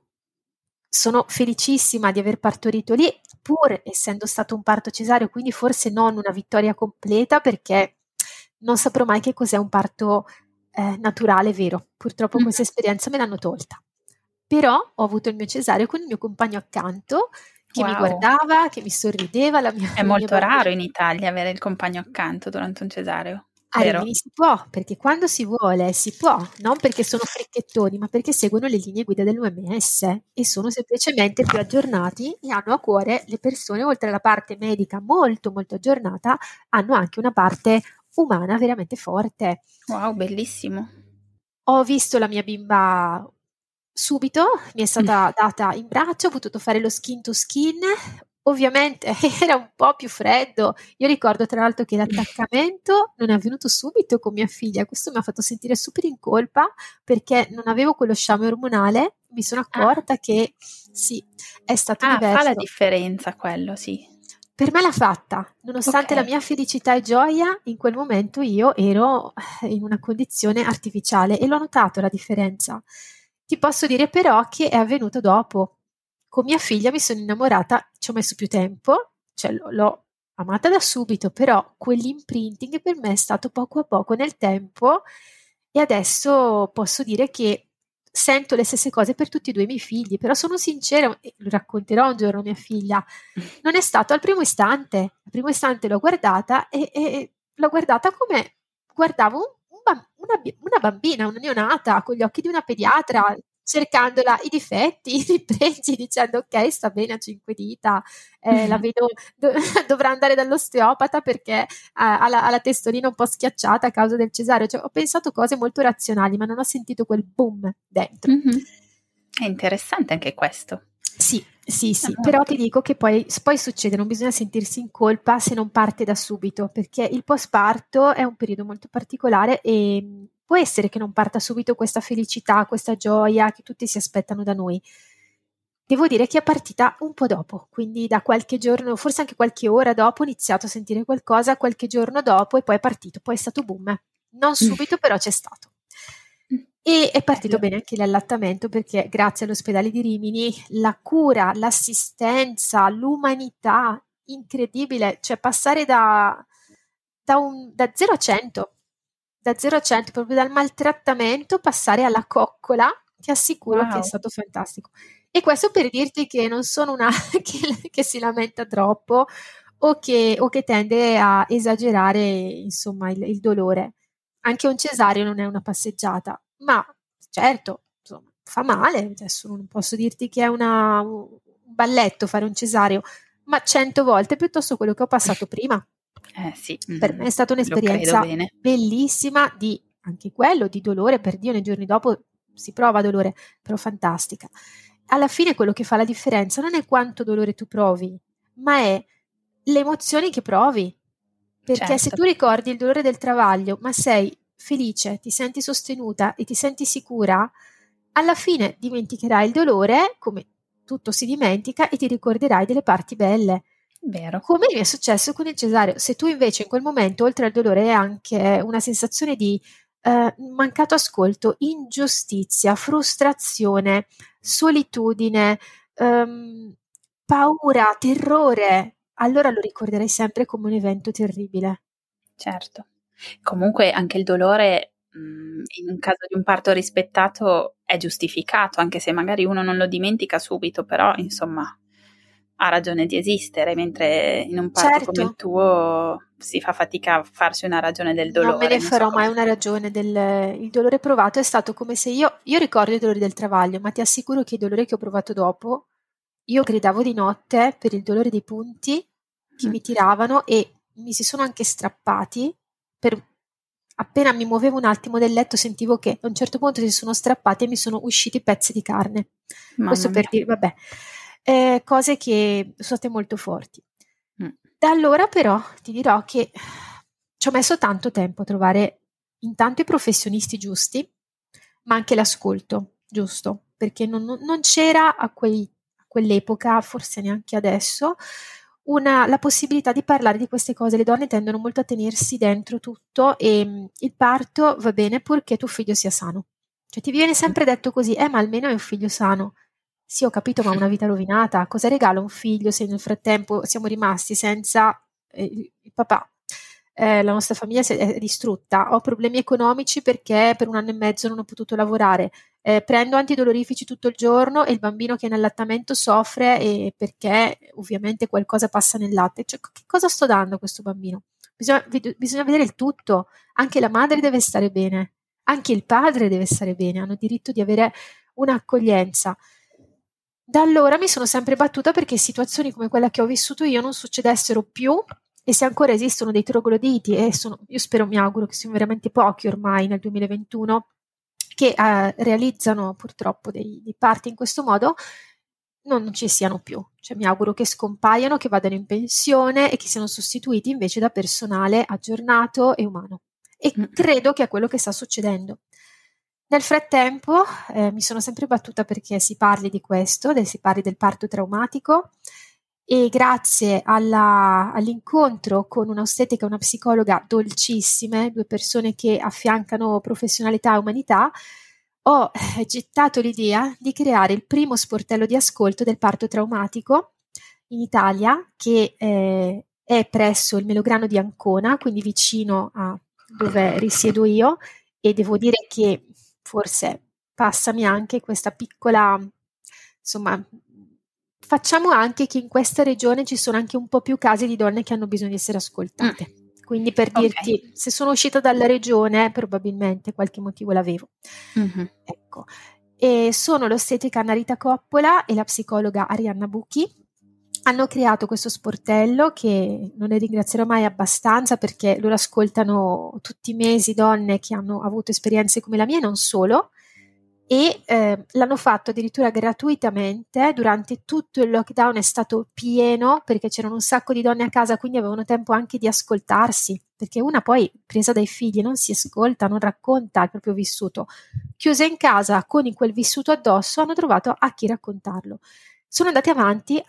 Sono felicissima di aver partorito lì, pur essendo stato un parto cesareo, quindi forse non una vittoria completa, perché non saprò mai che cos'è un parto naturale vero. Purtroppo questa esperienza me l'hanno tolta. Però ho avuto il mio cesareo con il mio compagno accanto, che mi guardava, che mi sorrideva. È molto raro in Italia avere il compagno accanto durante un cesareo. A Rimini si può, perché quando si vuole si può, non perché sono fricchettoni, ma perché seguono le linee guida dell'OMS e sono semplicemente più aggiornati e hanno a cuore le persone, oltre alla parte medica molto molto aggiornata, hanno anche una parte umana veramente forte. Wow, bellissimo. Ho visto la mia bimba subito, mi è stata data in braccio, ho potuto fare lo skin to skin. Ovviamente era un po' più freddo. Io ricordo tra l'altro che l'attaccamento non è avvenuto subito con mia figlia. Questo mi ha fatto sentire super in colpa perché non avevo quello sciame ormonale. Mi sono accorta che sì, è stato diverso. Fa la differenza quello, sì. Per me l'ha fatta, nonostante la mia felicità e gioia, in quel momento io ero in una condizione artificiale e l'ho notato la differenza. Ti posso dire però che è avvenuto dopo. Con mia figlia mi sono innamorata, ci ho messo più tempo, cioè l'ho amata da subito, però quell'imprinting per me è stato poco a poco nel tempo e adesso posso dire che sento le stesse cose per tutti e due i miei figli, però sono sincera, e lo racconterò un giorno a mia figlia, non è stato al primo istante. Al primo istante l'ho guardata e l'ho guardata come guardavo una bambina, una neonata, con gli occhi di una pediatra, cercandola i difetti, i pregi, dicendo ok, sta bene a 5 dita, la vedo, dovrà andare dall'osteopata perché ha la testolina un po' schiacciata a causa del cesareo. Cioè, ho pensato cose molto razionali, ma non ho sentito quel boom dentro. È interessante anche questo. Sì, però ti dico che poi succede, non bisogna sentirsi in colpa se non parte da subito, perché il postparto è un periodo molto particolare e può essere che non parta subito questa felicità, questa gioia che tutti si aspettano da noi. Devo dire che è partita un po' dopo, quindi da qualche giorno, forse anche qualche ora dopo ho iniziato a sentire qualcosa, qualche giorno dopo e poi è partito, poi è stato boom. Non subito, però c'è stato. E è partito bene anche l'allattamento perché grazie all'ospedale di Rimini la cura, l'assistenza, l'umanità, incredibile, cioè passare da 0 a 100, da 0 a 100, proprio dal maltrattamento passare alla coccola, ti assicuro che è stato fantastico. E questo per dirti che non sono una che si lamenta troppo o che tende a esagerare, insomma, il dolore. Anche un cesareo non è una passeggiata, ma certo, insomma, fa male. Adesso non posso dirti che è un balletto fare un cesareo, ma 100 volte piuttosto quello che ho passato prima. Sì. Per me è stata un'esperienza bellissima anche quello di dolore, per Dio, nei giorni dopo si prova dolore, però fantastica. Alla fine quello che fa la differenza non è quanto dolore tu provi, ma è le emozioni che provi. Perché se tu ricordi il dolore del travaglio, ma sei felice, ti senti sostenuta e ti senti sicura, alla fine dimenticherai il dolore, come tutto si dimentica, e ti ricorderai delle parti belle. Vero. Come mi è successo con il cesareo. Se tu invece in quel momento, oltre al dolore, hai anche una sensazione di mancato ascolto, ingiustizia, frustrazione, solitudine, paura, terrore, allora lo ricorderai sempre come un evento terribile. Certo. Comunque anche il dolore, in un caso di un parto rispettato è giustificato, anche se magari uno non lo dimentica subito, però insomma ha ragione di esistere, mentre in un parto come il Certo, tuo si fa fatica a farsi una ragione del non me dolore, ne non so farò mai come. una ragione il dolore provato è stato come se io ricordo i dolori del travaglio, ma ti assicuro che i dolori che ho provato dopo, io gridavo di notte per il dolore dei punti che Mm, mi tiravano e mi si sono anche strappati. Appena mi muovevo un attimo del letto sentivo che a un certo punto si sono strappati e mi sono usciti pezzi di carne. mamma Questo per mia. dire, vabbè, cose che sono state molto forti. Mm, Da allora però ti dirò che ci ho messo tanto tempo a trovare intanto i professionisti giusti, ma anche l'ascolto giusto, perché non c'era a quell'epoca, forse neanche adesso, la possibilità di parlare di queste cose. Le donne tendono molto a tenersi dentro tutto e il parto va bene purché tuo figlio sia sano. Cioè ti viene sempre detto così, ma almeno è un figlio sano. Sì, ho capito, ma una vita rovinata. Cosa regala un figlio se nel frattempo siamo rimasti senza il papà? La nostra famiglia è distrutta. Ho problemi economici perché per 1 anno e mezzo non ho potuto lavorare. Prendo antidolorifici tutto il giorno e il bambino che è in allattamento soffre perché ovviamente qualcosa passa nel latte. Cioè, che cosa sto dando a questo bambino? Bisogna vedere il tutto. Anche la madre deve stare bene, anche il padre deve stare bene, hanno diritto di avere un'accoglienza. Da allora mi sono sempre battuta perché situazioni come quella che ho vissuto io non succedessero più e se ancora esistono dei trogloditi, io spero, mi auguro che siano veramente pochi ormai nel 2021, che realizzano purtroppo dei parti in questo modo, non ci siano più. Cioè, mi auguro che scompaiano, che vadano in pensione e che siano sostituiti invece da personale aggiornato e umano. E mm. credo che è quello che sta succedendo. Nel frattempo, mi sono sempre battuta perché si parli di questo, si parli del parto traumatico e grazie all'incontro con un'ostetrica e una psicologa dolcissime, 2 persone che affiancano professionalità e umanità, ho gettato l'idea di creare il primo sportello di ascolto del parto traumatico in Italia, che è presso il Melograno di Ancona, quindi vicino a dove risiedo io, e devo dire che forse passami anche questa piccola, insomma, facciamo anche che in questa regione ci sono anche un po' più casi di donne che hanno bisogno di essere Mm, ascoltate. Quindi per ok. dirti, se sono uscita dalla regione, probabilmente qualche motivo l'avevo. Mhm. Ecco. E sono l'ostetrica Narita Coppola e la psicologa Arianna Bucchi. Hanno creato questo sportello che non ne ringrazierò mai abbastanza perché loro ascoltano tutti i mesi donne che hanno avuto esperienze come la mia e non solo, e l'hanno fatto addirittura gratuitamente. Durante tutto il lockdown è stato pieno perché c'erano un sacco di donne a casa, quindi avevano tempo anche di ascoltarsi, perché una poi presa dai figli non si ascolta, non racconta il proprio vissuto. Chiuse in casa con quel vissuto addosso, hanno trovato a chi raccontarlo. Sono andati avanti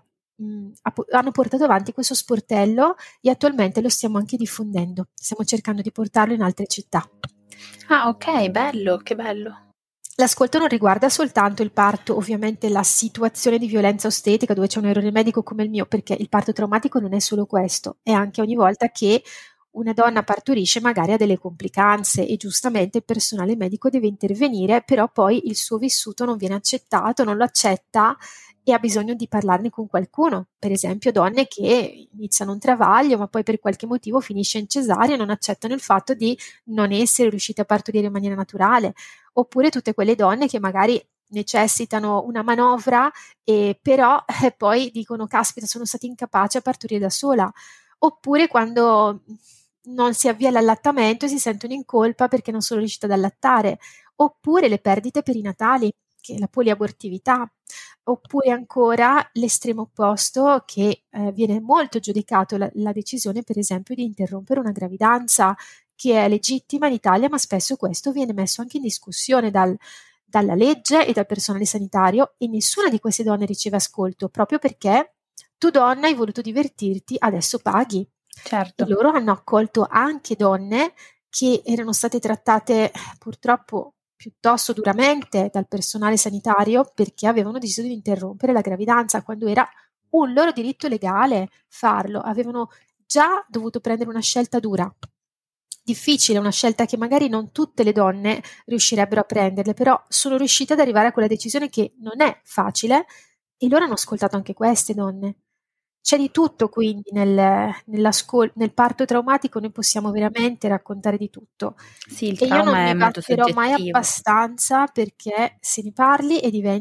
hanno portato avanti questo sportello e attualmente lo stiamo anche diffondendo. Stiamo cercando di portarlo in altre città. Ah, ok, bello, che bello. L'ascolto non riguarda soltanto il parto, ovviamente la situazione di violenza ostetrica dove c'è un errore medico come il mio, perché il parto traumatico non è solo questo, è anche ogni volta che una donna partorisce magari ha delle complicanze e giustamente il personale medico deve intervenire, però poi il suo vissuto non viene accettato, non lo accetta e ha bisogno di parlarne con qualcuno. Per esempio donne che iniziano un travaglio ma poi per qualche motivo finisce in cesarea e non accettano il fatto di non essere riuscite a partorire in maniera naturale, oppure tutte quelle donne che magari necessitano una manovra e però poi dicono caspita sono stata incapace a partorire da sola, oppure quando non si avvia l'allattamento e si sentono in colpa perché non sono riuscite ad allattare, oppure le perdite perinatali, che è la poliabortività, oppure ancora l'estremo opposto che viene molto giudicato la decisione per esempio di interrompere una gravidanza che è legittima in Italia, ma spesso questo viene messo anche in discussione dalla legge e dal personale sanitario e nessuna di queste donne riceve ascolto proprio perché Tu donna hai voluto divertirti, adesso paghi. Certo. E loro hanno accolto anche donne che erano state trattate purtroppo piuttosto duramente dal personale sanitario perché avevano deciso di interrompere la gravidanza quando era un loro diritto legale farlo. Avevano già dovuto prendere una scelta dura, difficile, una scelta che magari non tutte le donne riuscirebbero a prenderle, però sono riuscite ad arrivare a quella decisione che non è facile e loro hanno ascoltato anche queste donne. C'è di tutto quindi nel parto traumatico, noi possiamo veramente raccontare di tutto. Sì, il E io non trauma è mi molto batterò mai soggettivo. abbastanza perché se ne parli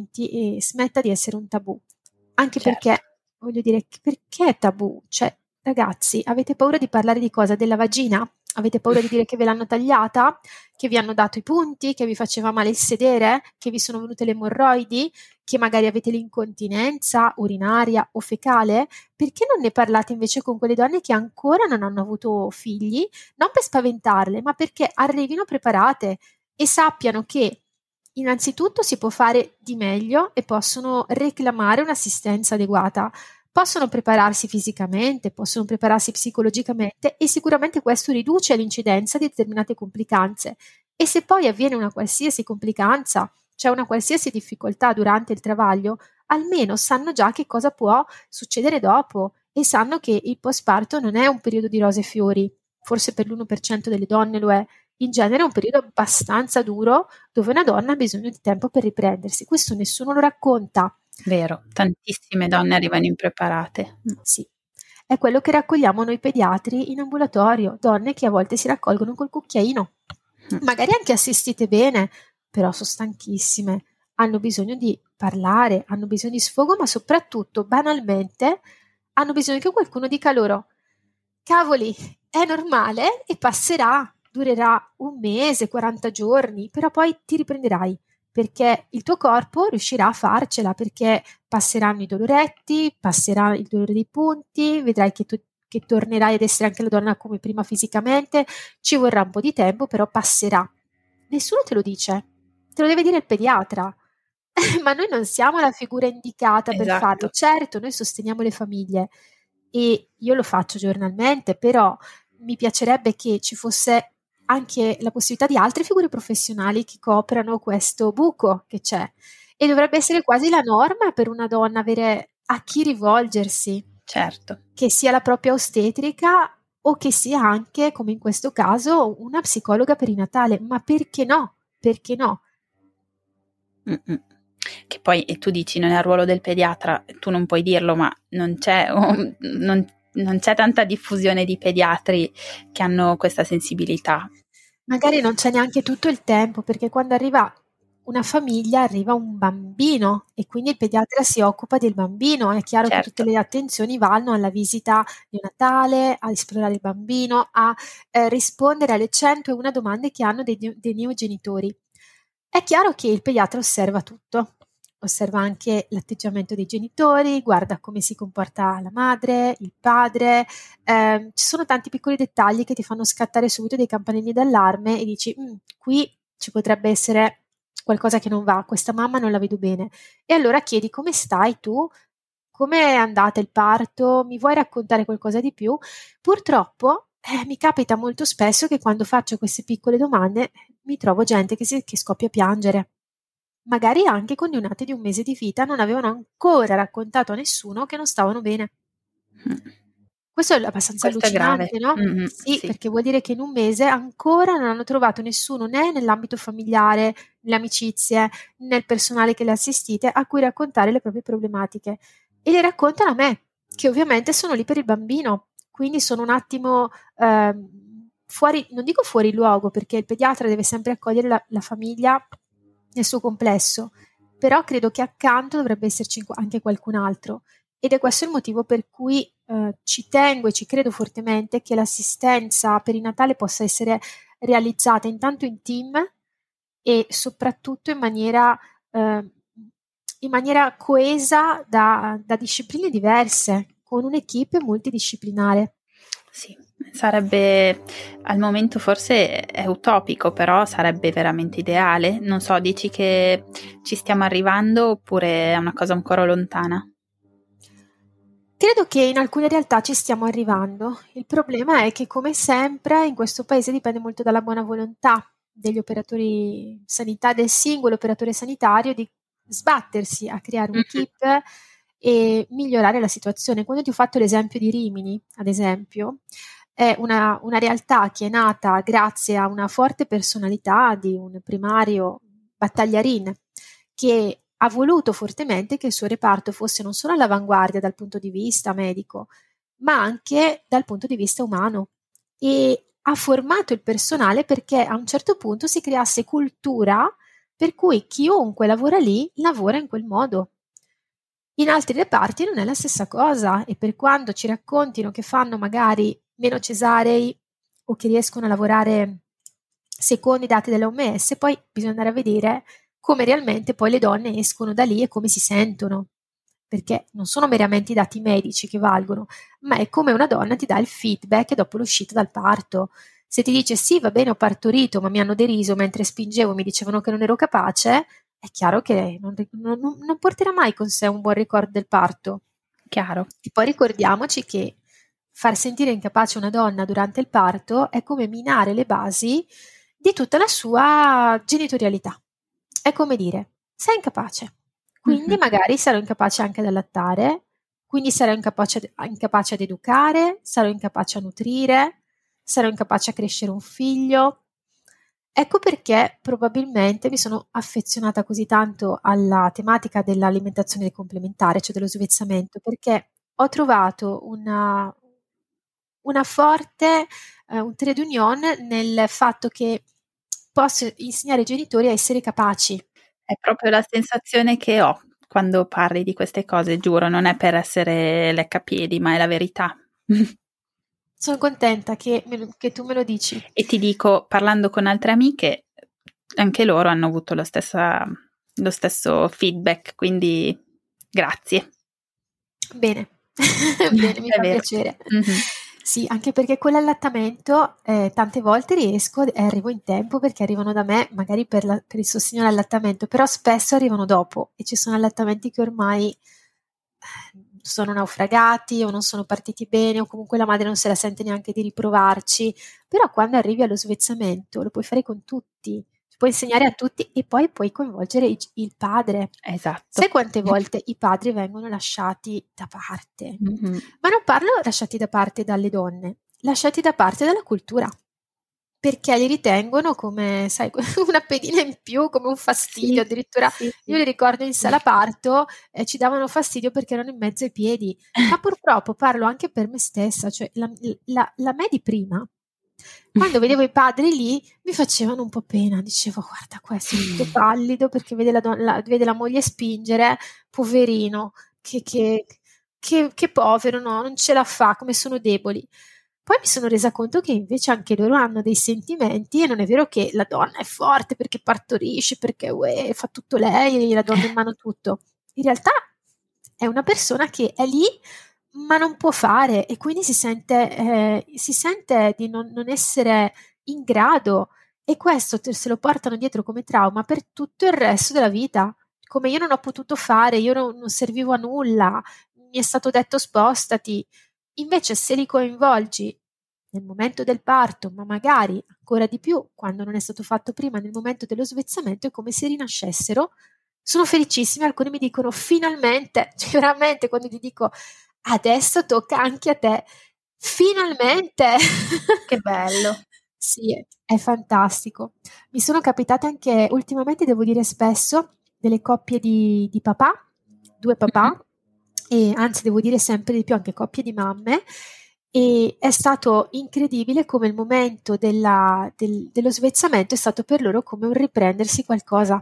e smetta di essere un tabù. Anche Certo. perché, voglio dire, perché è tabù? Cioè, ragazzi, avete paura di parlare di cosa? Della vagina? Avete paura di dire che ve l'hanno tagliata? Che vi hanno dato i punti? Che vi faceva male il sedere? Che vi sono venute le emorroidi? Che magari avete l'incontinenza urinaria o fecale? Perché non ne parlate invece con quelle donne che ancora non hanno avuto figli? Non per spaventarle, ma perché arrivino preparate e sappiano che innanzitutto si può fare di meglio e possono reclamare un'assistenza adeguata. Possono prepararsi fisicamente, possono prepararsi psicologicamente e sicuramente questo riduce l'incidenza di determinate complicanze. E se poi avviene una qualsiasi complicanza, cioè una qualsiasi difficoltà durante il travaglio, almeno sanno già che cosa può succedere dopo e sanno che il postparto non è un periodo di rose e fiori, forse per l'1% delle donne lo è, in genere è un periodo abbastanza duro dove una donna ha bisogno di tempo per riprendersi. Questo nessuno lo racconta. Vero, tantissime donne arrivano impreparate. Sì, è quello che raccogliamo noi pediatri in ambulatorio, donne che a volte si raccolgono col cucchiaino, magari anche assistite bene, però sono stanchissime, hanno bisogno di parlare, hanno bisogno di sfogo, ma soprattutto, banalmente, hanno bisogno che qualcuno dica loro: cavoli, è normale e passerà, durerà un mese, 40 giorni, però poi ti riprenderai perché il tuo corpo riuscirà a farcela, perché passeranno i doloretti, passerà il dolore dei punti, vedrai che tornerai ad essere anche la donna come prima fisicamente, ci vorrà un po' di tempo, però passerà. Nessuno te lo dice, te lo deve dire il pediatra. Ma noi non siamo la figura indicata per farlo. Esatto. Certo, noi sosteniamo le famiglie e io lo faccio giornalmente, però mi piacerebbe che ci fosse anche la possibilità di altre figure professionali che coprano questo buco che c'è. E dovrebbe essere quasi la norma per una donna avere a chi rivolgersi, Certo. che sia la propria ostetrica o che sia anche, come in questo caso, una psicologa perinatale. Ma perché no? Perché no? Mm-mm. Che poi, e tu dici, non è il ruolo del pediatra, tu non puoi dirlo, ma non c'è tanta diffusione di pediatri che hanno questa sensibilità. Magari non c'è neanche tutto il tempo, perché quando arriva una famiglia arriva un bambino e quindi il pediatra si occupa del bambino. È chiaro che tutte Certo. le attenzioni vanno alla visita neonatale, a esplorare il bambino, a rispondere alle 101 domande che hanno dei neogenitori. È chiaro che il pediatra osserva tutto, osserva anche l'atteggiamento dei genitori, guarda come si comporta la madre, il padre, ci sono tanti piccoli dettagli che ti fanno scattare subito dei campanelli d'allarme e dici: qui ci potrebbe essere qualcosa che non va, questa mamma non la vedo bene. E allora chiedi: come stai tu? Come è andata il parto? Mi vuoi raccontare qualcosa di più? Purtroppo mi capita molto spesso che quando faccio queste piccole domande mi trovo gente che scoppia a piangere. Magari anche con neonati di un mese di vita non avevano ancora raccontato a nessuno che non stavano bene. Questo è abbastanza Questo è grave. allucinante, no? Sì, Sì. perché vuol dire che in un mese ancora non hanno trovato nessuno, né nell'ambito familiare, nelle amicizie, nel personale che le ha assistite, a cui raccontare le proprie problematiche. E le raccontano a me, che ovviamente sono lì per il bambino, quindi sono un attimo fuori, non dico fuori luogo, perché il pediatra deve sempre accogliere la famiglia nel suo complesso, però credo che accanto dovrebbe esserci anche qualcun altro. Ed è questo il motivo per cui ci tengo e ci credo fortemente che l'assistenza perinatale possa essere realizzata intanto in team e soprattutto in maniera coesa da discipline diverse, con un'equipe multidisciplinare. Sì, sarebbe, al momento forse è utopico, però sarebbe veramente ideale. Non so, dici che ci stiamo arrivando oppure è una cosa ancora lontana? Credo che in alcune realtà ci stiamo arrivando. Il problema è che, come sempre, in questo paese dipende molto dalla buona volontà degli operatori sanitari, del singolo operatore sanitario, di sbattersi a creare un Mhm. kit e migliorare la situazione. Quando ti ho fatto l'esempio di Rimini, ad esempio, è una realtà che è nata grazie a una forte personalità di un primario battagliarin che ha voluto fortemente che il suo reparto fosse non solo all'avanguardia dal punto di vista medico, ma anche dal punto di vista umano, e ha formato il personale perché a un certo punto si creasse cultura per cui chiunque lavora lì lavora in quel modo. In altri reparti non è la stessa cosa, e per quando ci raccontino che fanno magari meno cesarei o che riescono a lavorare secondo i dati dell'OMS, poi bisogna andare a vedere come realmente poi le donne escono da lì e come si sentono, perché non sono meramente i dati medici che valgono, ma è come una donna ti dà il feedback dopo l'uscita dal parto. Se ti dice sì, va bene, ho partorito, ma mi hanno deriso mentre spingevo, mi dicevano che non ero capace, è chiaro che non porterà mai con sé un buon ricordo del parto. Chiaro. E poi ricordiamoci che far sentire incapace una donna durante il parto è come minare le basi di tutta la sua genitorialità. È come dire, sei incapace, quindi Mhm. magari sarò incapace anche ad allattare, quindi sarò incapace ad educare, sarò incapace a nutrire, sarò incapace a crescere un figlio. Ecco perché probabilmente mi sono affezionata così tanto alla tematica dell'alimentazione complementare, cioè dello svezzamento, perché ho trovato una forte, un trait d'union nel fatto che posso insegnare ai genitori a essere capaci. È proprio la sensazione che ho quando parli di queste cose, giuro, non è per essere leccapiedi, ma è la verità. Sono contenta che tu me lo dici. E ti dico, parlando con altre amiche, anche loro hanno avuto lo stesso feedback, quindi grazie. Bene, bene, mi È fa vero. piacere. Mhm. Sì, anche perché con l'allattamento tante volte riesco e arrivo in tempo perché arrivano da me magari per il sostegno all'allattamento, però spesso arrivano dopo e ci sono allattamenti che ormai sono naufragati o non sono partiti bene o comunque la madre non se la sente neanche di riprovarci, però quando arrivi allo svezzamento lo puoi fare con tutti, puoi insegnare a tutti e poi puoi coinvolgere il padre. Esatto. Sai quante volte i padri vengono lasciati da parte? Mhm. Ma non parlo lasciati da parte dalle donne, lasciati da parte dalla cultura, perché li ritengono come, sai, una pedina in più, come un fastidio. Sì, Addirittura sì, io sì. li ricordo in sala parto ci davano fastidio perché erano in mezzo ai piedi. Ma purtroppo parlo anche per me stessa, cioè la me di prima, quando vedevo i padri lì, mi facevano un po' pena. Dicevo, guarda questo, è tutto pallido perché vede la moglie spingere, poverino, che povero, no, non ce la fa, come sono deboli. Poi mi sono resa conto che invece anche loro hanno dei sentimenti e non è vero che la donna è forte perché partorisce, perché fa tutto lei, la donna in mano tutto. In realtà è una persona che è lì ma non può fare e quindi si sente di non essere in grado, e questo se lo portano dietro come trauma per tutto il resto della vita. Come io non ho potuto fare, io non servivo a nulla, mi è stato detto spostati. Invece se li coinvolgi nel momento del parto, ma magari ancora di più quando non è stato fatto prima, nel momento dello svezzamento, è come se rinascessero. Sono felicissimi, alcuni mi dicono finalmente, cioè veramente quando ti dico adesso tocca anche a te, finalmente! Che bello. Sì, è fantastico. Mi sono capitate anche ultimamente, devo dire spesso, delle coppie di papà, due Mhm. papà, e anzi devo dire sempre di più anche coppie di mamme, e è stato incredibile come il momento dello svezzamento è stato per loro come un riprendersi qualcosa.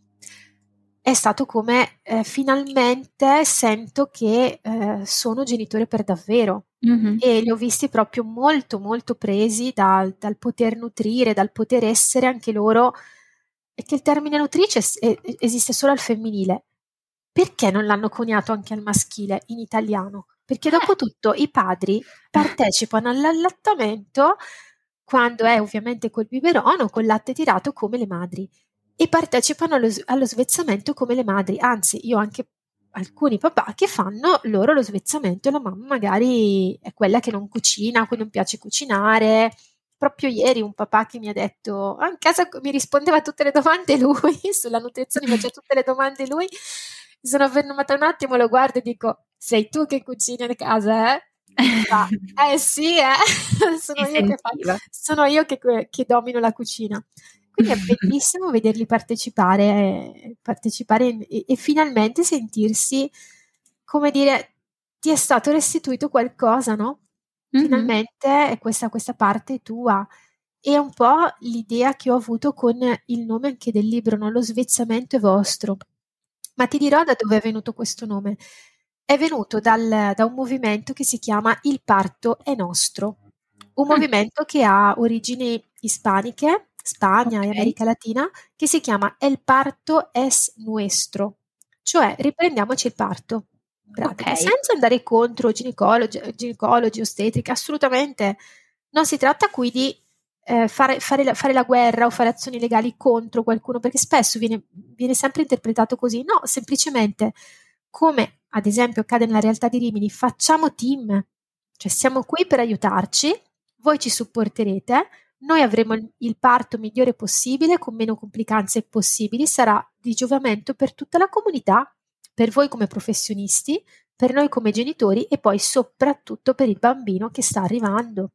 È stato come finalmente sento che sono genitore per davvero, Mhm. e li ho visti proprio molto molto presi dal poter nutrire, dal poter essere anche loro, e che il termine nutrice esiste solo al femminile. Perché non l'hanno coniato anche al maschile in italiano? Perché dopo tutto i padri partecipano all'allattamento quando è ovviamente col biberon o col latte tirato come le madri, e partecipano allo svezzamento come le madri. Anzi, io anche alcuni papà che fanno loro lo svezzamento e la mamma magari è quella che non cucina, a cui non piace cucinare. Proprio ieri un papà che mi ha detto, in casa mi rispondeva a tutte le domande lui, sulla nutrizione mi faceva tutte le domande lui, mi sono fermata un attimo, lo guardo e dico, sei tu che cucini a casa, eh? Sì, sono io che domino la cucina. Quindi è bellissimo vederli partecipare e finalmente sentirsi, come dire, ti è stato restituito qualcosa, no? Finalmente è questa parte tua. E è un po' l'idea che ho avuto con il nome anche del libro, no? Lo svezzamento è vostro. Ma ti dirò da dove è venuto questo nome. È venuto da un movimento che si chiama Il parto è nostro, un movimento che ha origini ispaniche, Spagna e America Latina, che si chiama El parto es nuestro, cioè riprendiamoci il parto, pratica, senza andare contro ginecologi, ostetriche, assolutamente. Non si tratta qui di fare la guerra o fare azioni legali contro qualcuno, perché spesso viene sempre interpretato così. No, semplicemente, come ad esempio accade nella realtà di Rimini, facciamo team, cioè siamo qui per aiutarci, voi ci supporterete, noi avremo il parto migliore possibile, con meno complicanze possibili, sarà di giovamento per tutta la comunità, per voi come professionisti, per noi come genitori e poi soprattutto per il bambino che sta arrivando.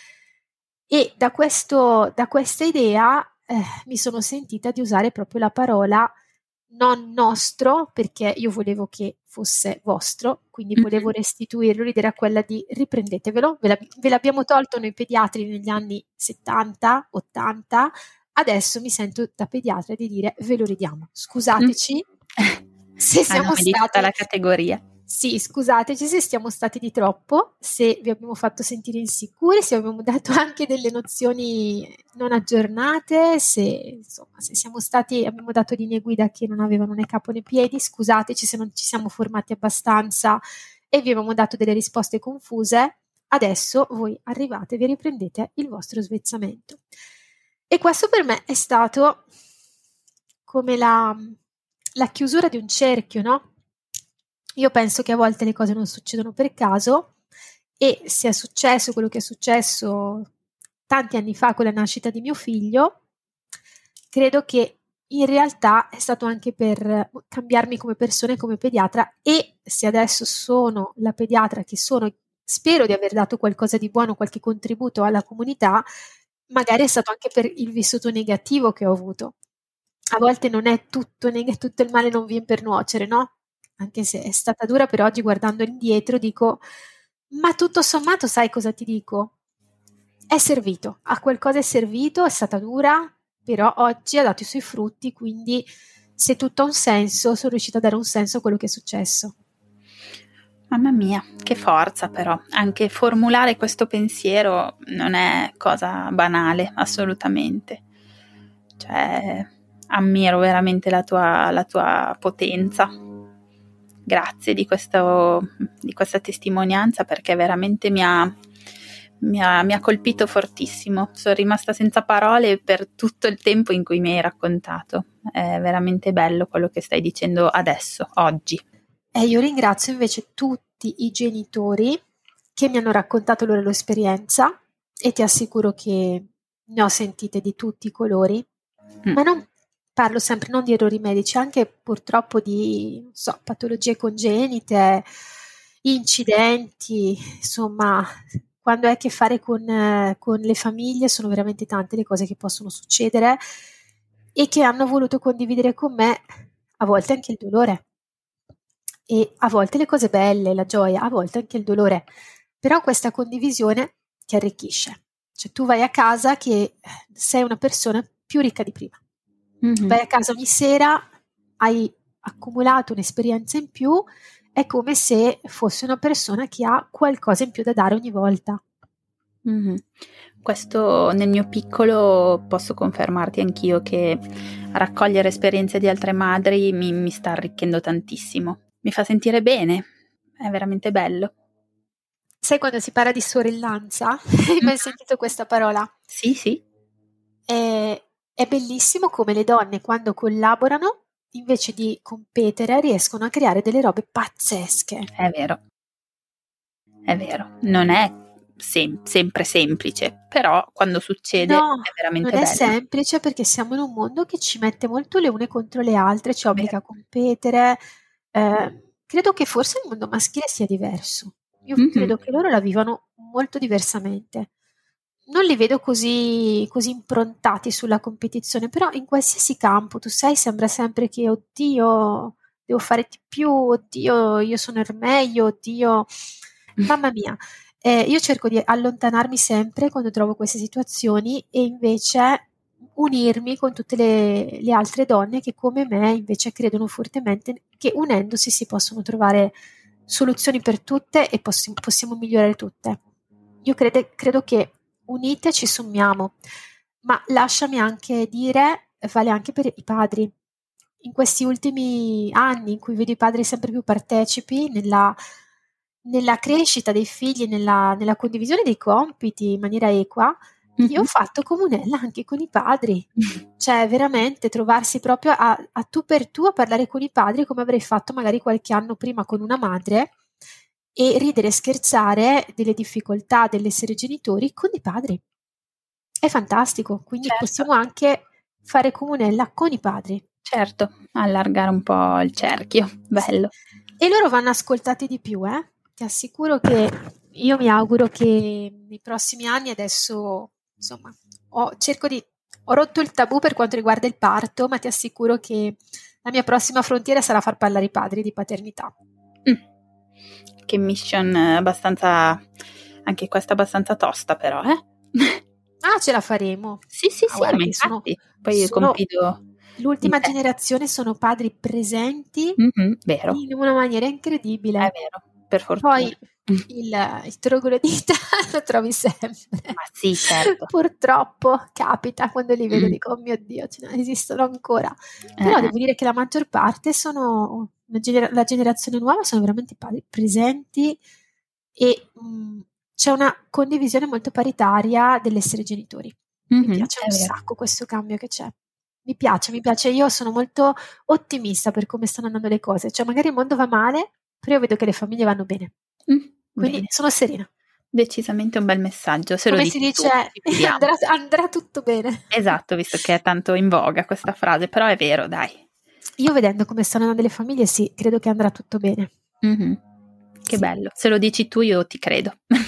E da questa idea mi sono sentita di usare proprio la parola non nostro, perché io volevo che fosse vostro, quindi volevo restituirlo. L'idea era quella di riprendetevelo, ve l'abbiamo tolto noi pediatri negli anni 70, 80, adesso mi sento da pediatra di dire ve lo ridiamo, scusateci se siamo stati... tutta la categoria. Sì, scusateci se siamo stati di troppo, se vi abbiamo fatto sentire insicuri, se abbiamo dato anche delle nozioni non aggiornate, se abbiamo dato linee guida che non avevano né capo né piedi, scusateci se non ci siamo formati abbastanza e vi abbiamo dato delle risposte confuse. Adesso voi arrivate, vi riprendete il vostro svezzamento. E questo per me è stato come la chiusura di un cerchio, no? Io penso che a volte le cose non succedono per caso e se è successo quello che è successo tanti anni fa con la nascita di mio figlio, credo che in realtà è stato anche per cambiarmi come persona e come pediatra, e se adesso sono la pediatra che sono, spero di aver dato qualcosa di buono, qualche contributo alla comunità, magari è stato anche per il vissuto negativo che ho avuto. A volte non è tutto il male non viene per nuocere, no? Anche se è stata dura, per oggi guardando indietro dico, ma tutto sommato sai cosa ti dico? È servito, a qualcosa è servito, è stata dura, però oggi ha dato i suoi frutti, quindi se tutto ha un senso, sono riuscita a dare un senso a quello che è successo. Mamma mia, che forza però, anche formulare questo pensiero non è cosa banale, assolutamente. Cioè, ammiro veramente la tua potenza. Grazie di questa testimonianza, perché veramente mi ha colpito fortissimo. Sono rimasta senza parole per tutto il tempo in cui mi hai raccontato. È veramente bello quello che stai dicendo adesso, oggi. Io ringrazio invece tutti i genitori che mi hanno raccontato loro l'esperienza, e ti assicuro che ne ho sentite di tutti i colori, ma non parlo sempre non di errori medici, anche purtroppo di patologie congenite, incidenti, insomma, quando hai a che fare con le famiglie sono veramente tante le cose che possono succedere e che hanno voluto condividere con me a volte anche il dolore, e a volte le cose belle, la gioia, a volte anche il dolore, però questa condivisione ti arricchisce, cioè tu vai a casa che sei una persona più ricca di prima. Vai a casa ogni sera, hai accumulato un'esperienza in più, è come se fossi una persona che ha qualcosa in più da dare ogni volta. Questo nel mio piccolo posso confermarti anch'io che raccogliere esperienze di altre madri mi sta arricchendo tantissimo, mi fa sentire bene, è veramente bello. Sai quando si parla di sorellanza? Hai mai sentito questa parola? Sì. È bellissimo come le donne quando collaborano invece di competere riescono a creare delle robe pazzesche. È vero, non è sempre semplice, però quando succede No, è veramente non è bello. semplice perché siamo in un mondo che ci mette molto le une contro le altre, ci obbliga a Vero. competere. Credo che forse il mondo maschile sia diverso. Io Mhm. credo che loro la vivano molto diversamente. Non li vedo così improntati sulla competizione, però in qualsiasi campo, tu sai, sembra sempre che, oddio, devo fare di più, oddio, io sono il meglio, oddio, mamma mia. Io cerco di allontanarmi sempre quando trovo queste situazioni e invece unirmi con tutte le altre donne che come me invece credono fortemente che unendosi si possono trovare soluzioni per tutte e possiamo migliorare tutte. Io credo che unite ci sommiamo, ma lasciami anche dire, vale anche per i padri. In questi ultimi anni in cui vedo i padri sempre più partecipi nella crescita dei figli, nella condivisione dei compiti in maniera equa, io ho fatto comunella anche con i padri. Cioè veramente trovarsi proprio a tu per tu a parlare con i padri come avrei fatto magari qualche anno prima con una madre e ridere e scherzare delle difficoltà dell'essere genitori con i padri. È fantastico, quindi Certo. possiamo anche fare comunella con i padri. Certo, allargare un po' il cerchio, bello. E loro vanno ascoltati di più, Ti assicuro che io mi auguro che nei prossimi anni adesso, insomma, ho rotto il tabù per quanto riguarda il parto, ma ti assicuro che la mia prossima frontiera sarà far parlare i padri di paternità. Che mission abbastanza, anche questa abbastanza tosta però, Ah, ce la faremo. Sì, Guarda, ma infatti, poi io confido l'ultima in te. generazione sono padri presenti Vero, in una maniera incredibile. è vero, per fortuna. Poi il troglodita lo trovi sempre. Ma sì, certo. Purtroppo capita quando li vedo, dico, oh mio Dio, esistono ancora. Però devo dire che la maggior parte sono la generazione nuova, sono veramente padri presenti e c'è una condivisione molto paritaria dell'essere genitori. Mi piace un sacco questo cambio che c'è. Mi piace. Io sono molto ottimista per come stanno andando le cose. Cioè, magari il mondo va male, però io vedo che le famiglie vanno bene. Quindi bene. sono serena. Decisamente un bel messaggio. Se come lo si dici dice, tu, andrà tutto bene. Esatto, visto che è tanto in voga questa frase, però è vero, dai. Io vedendo come stanno andando le famiglie, sì, credo che andrà tutto bene. Che bello. Se lo dici tu, io ti credo.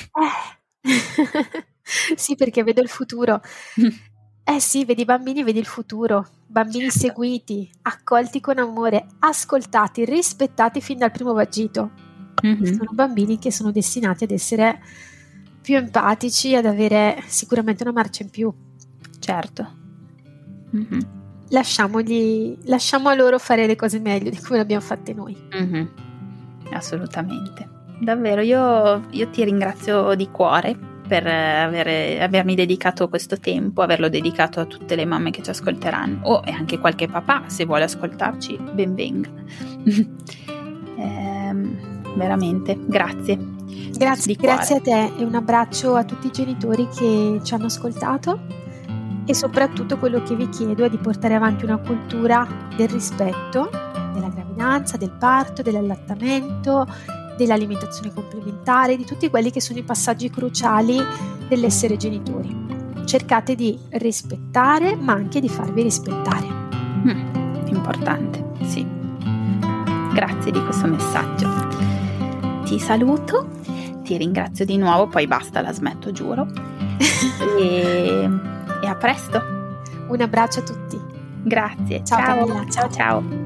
Sì, perché vedo il futuro. Sì, vedi i bambini, vedi il futuro. Bambini seguiti, accolti con amore, ascoltati, rispettati fin dal primo vagito. Sono bambini che sono destinati ad essere più empatici, ad avere sicuramente una marcia in più. Certo. Lasciamo a loro fare le cose meglio di come le abbiamo fatte noi. Assolutamente. Davvero, io ti ringrazio di cuore per avermi dedicato questo tempo, averlo dedicato a tutte le mamme che ci ascolteranno, e anche qualche papà, se vuole ascoltarci, ben venga. Veramente, grazie. Grazie a te e un abbraccio a tutti i genitori che ci hanno ascoltato, e soprattutto quello che vi chiedo è di portare avanti una cultura del rispetto della gravidanza, del parto, dell'allattamento, dell'alimentazione complementare, di tutti quelli che sono i passaggi cruciali dell'essere genitori. Cercate di rispettare, ma anche di farvi rispettare. Importante, sì. Grazie di questo messaggio. Ti saluto, ti ringrazio di nuovo, poi basta, la smetto, giuro. e a presto. Un abbraccio a tutti. Grazie. Ciao Ciao. Camilla, Ciao.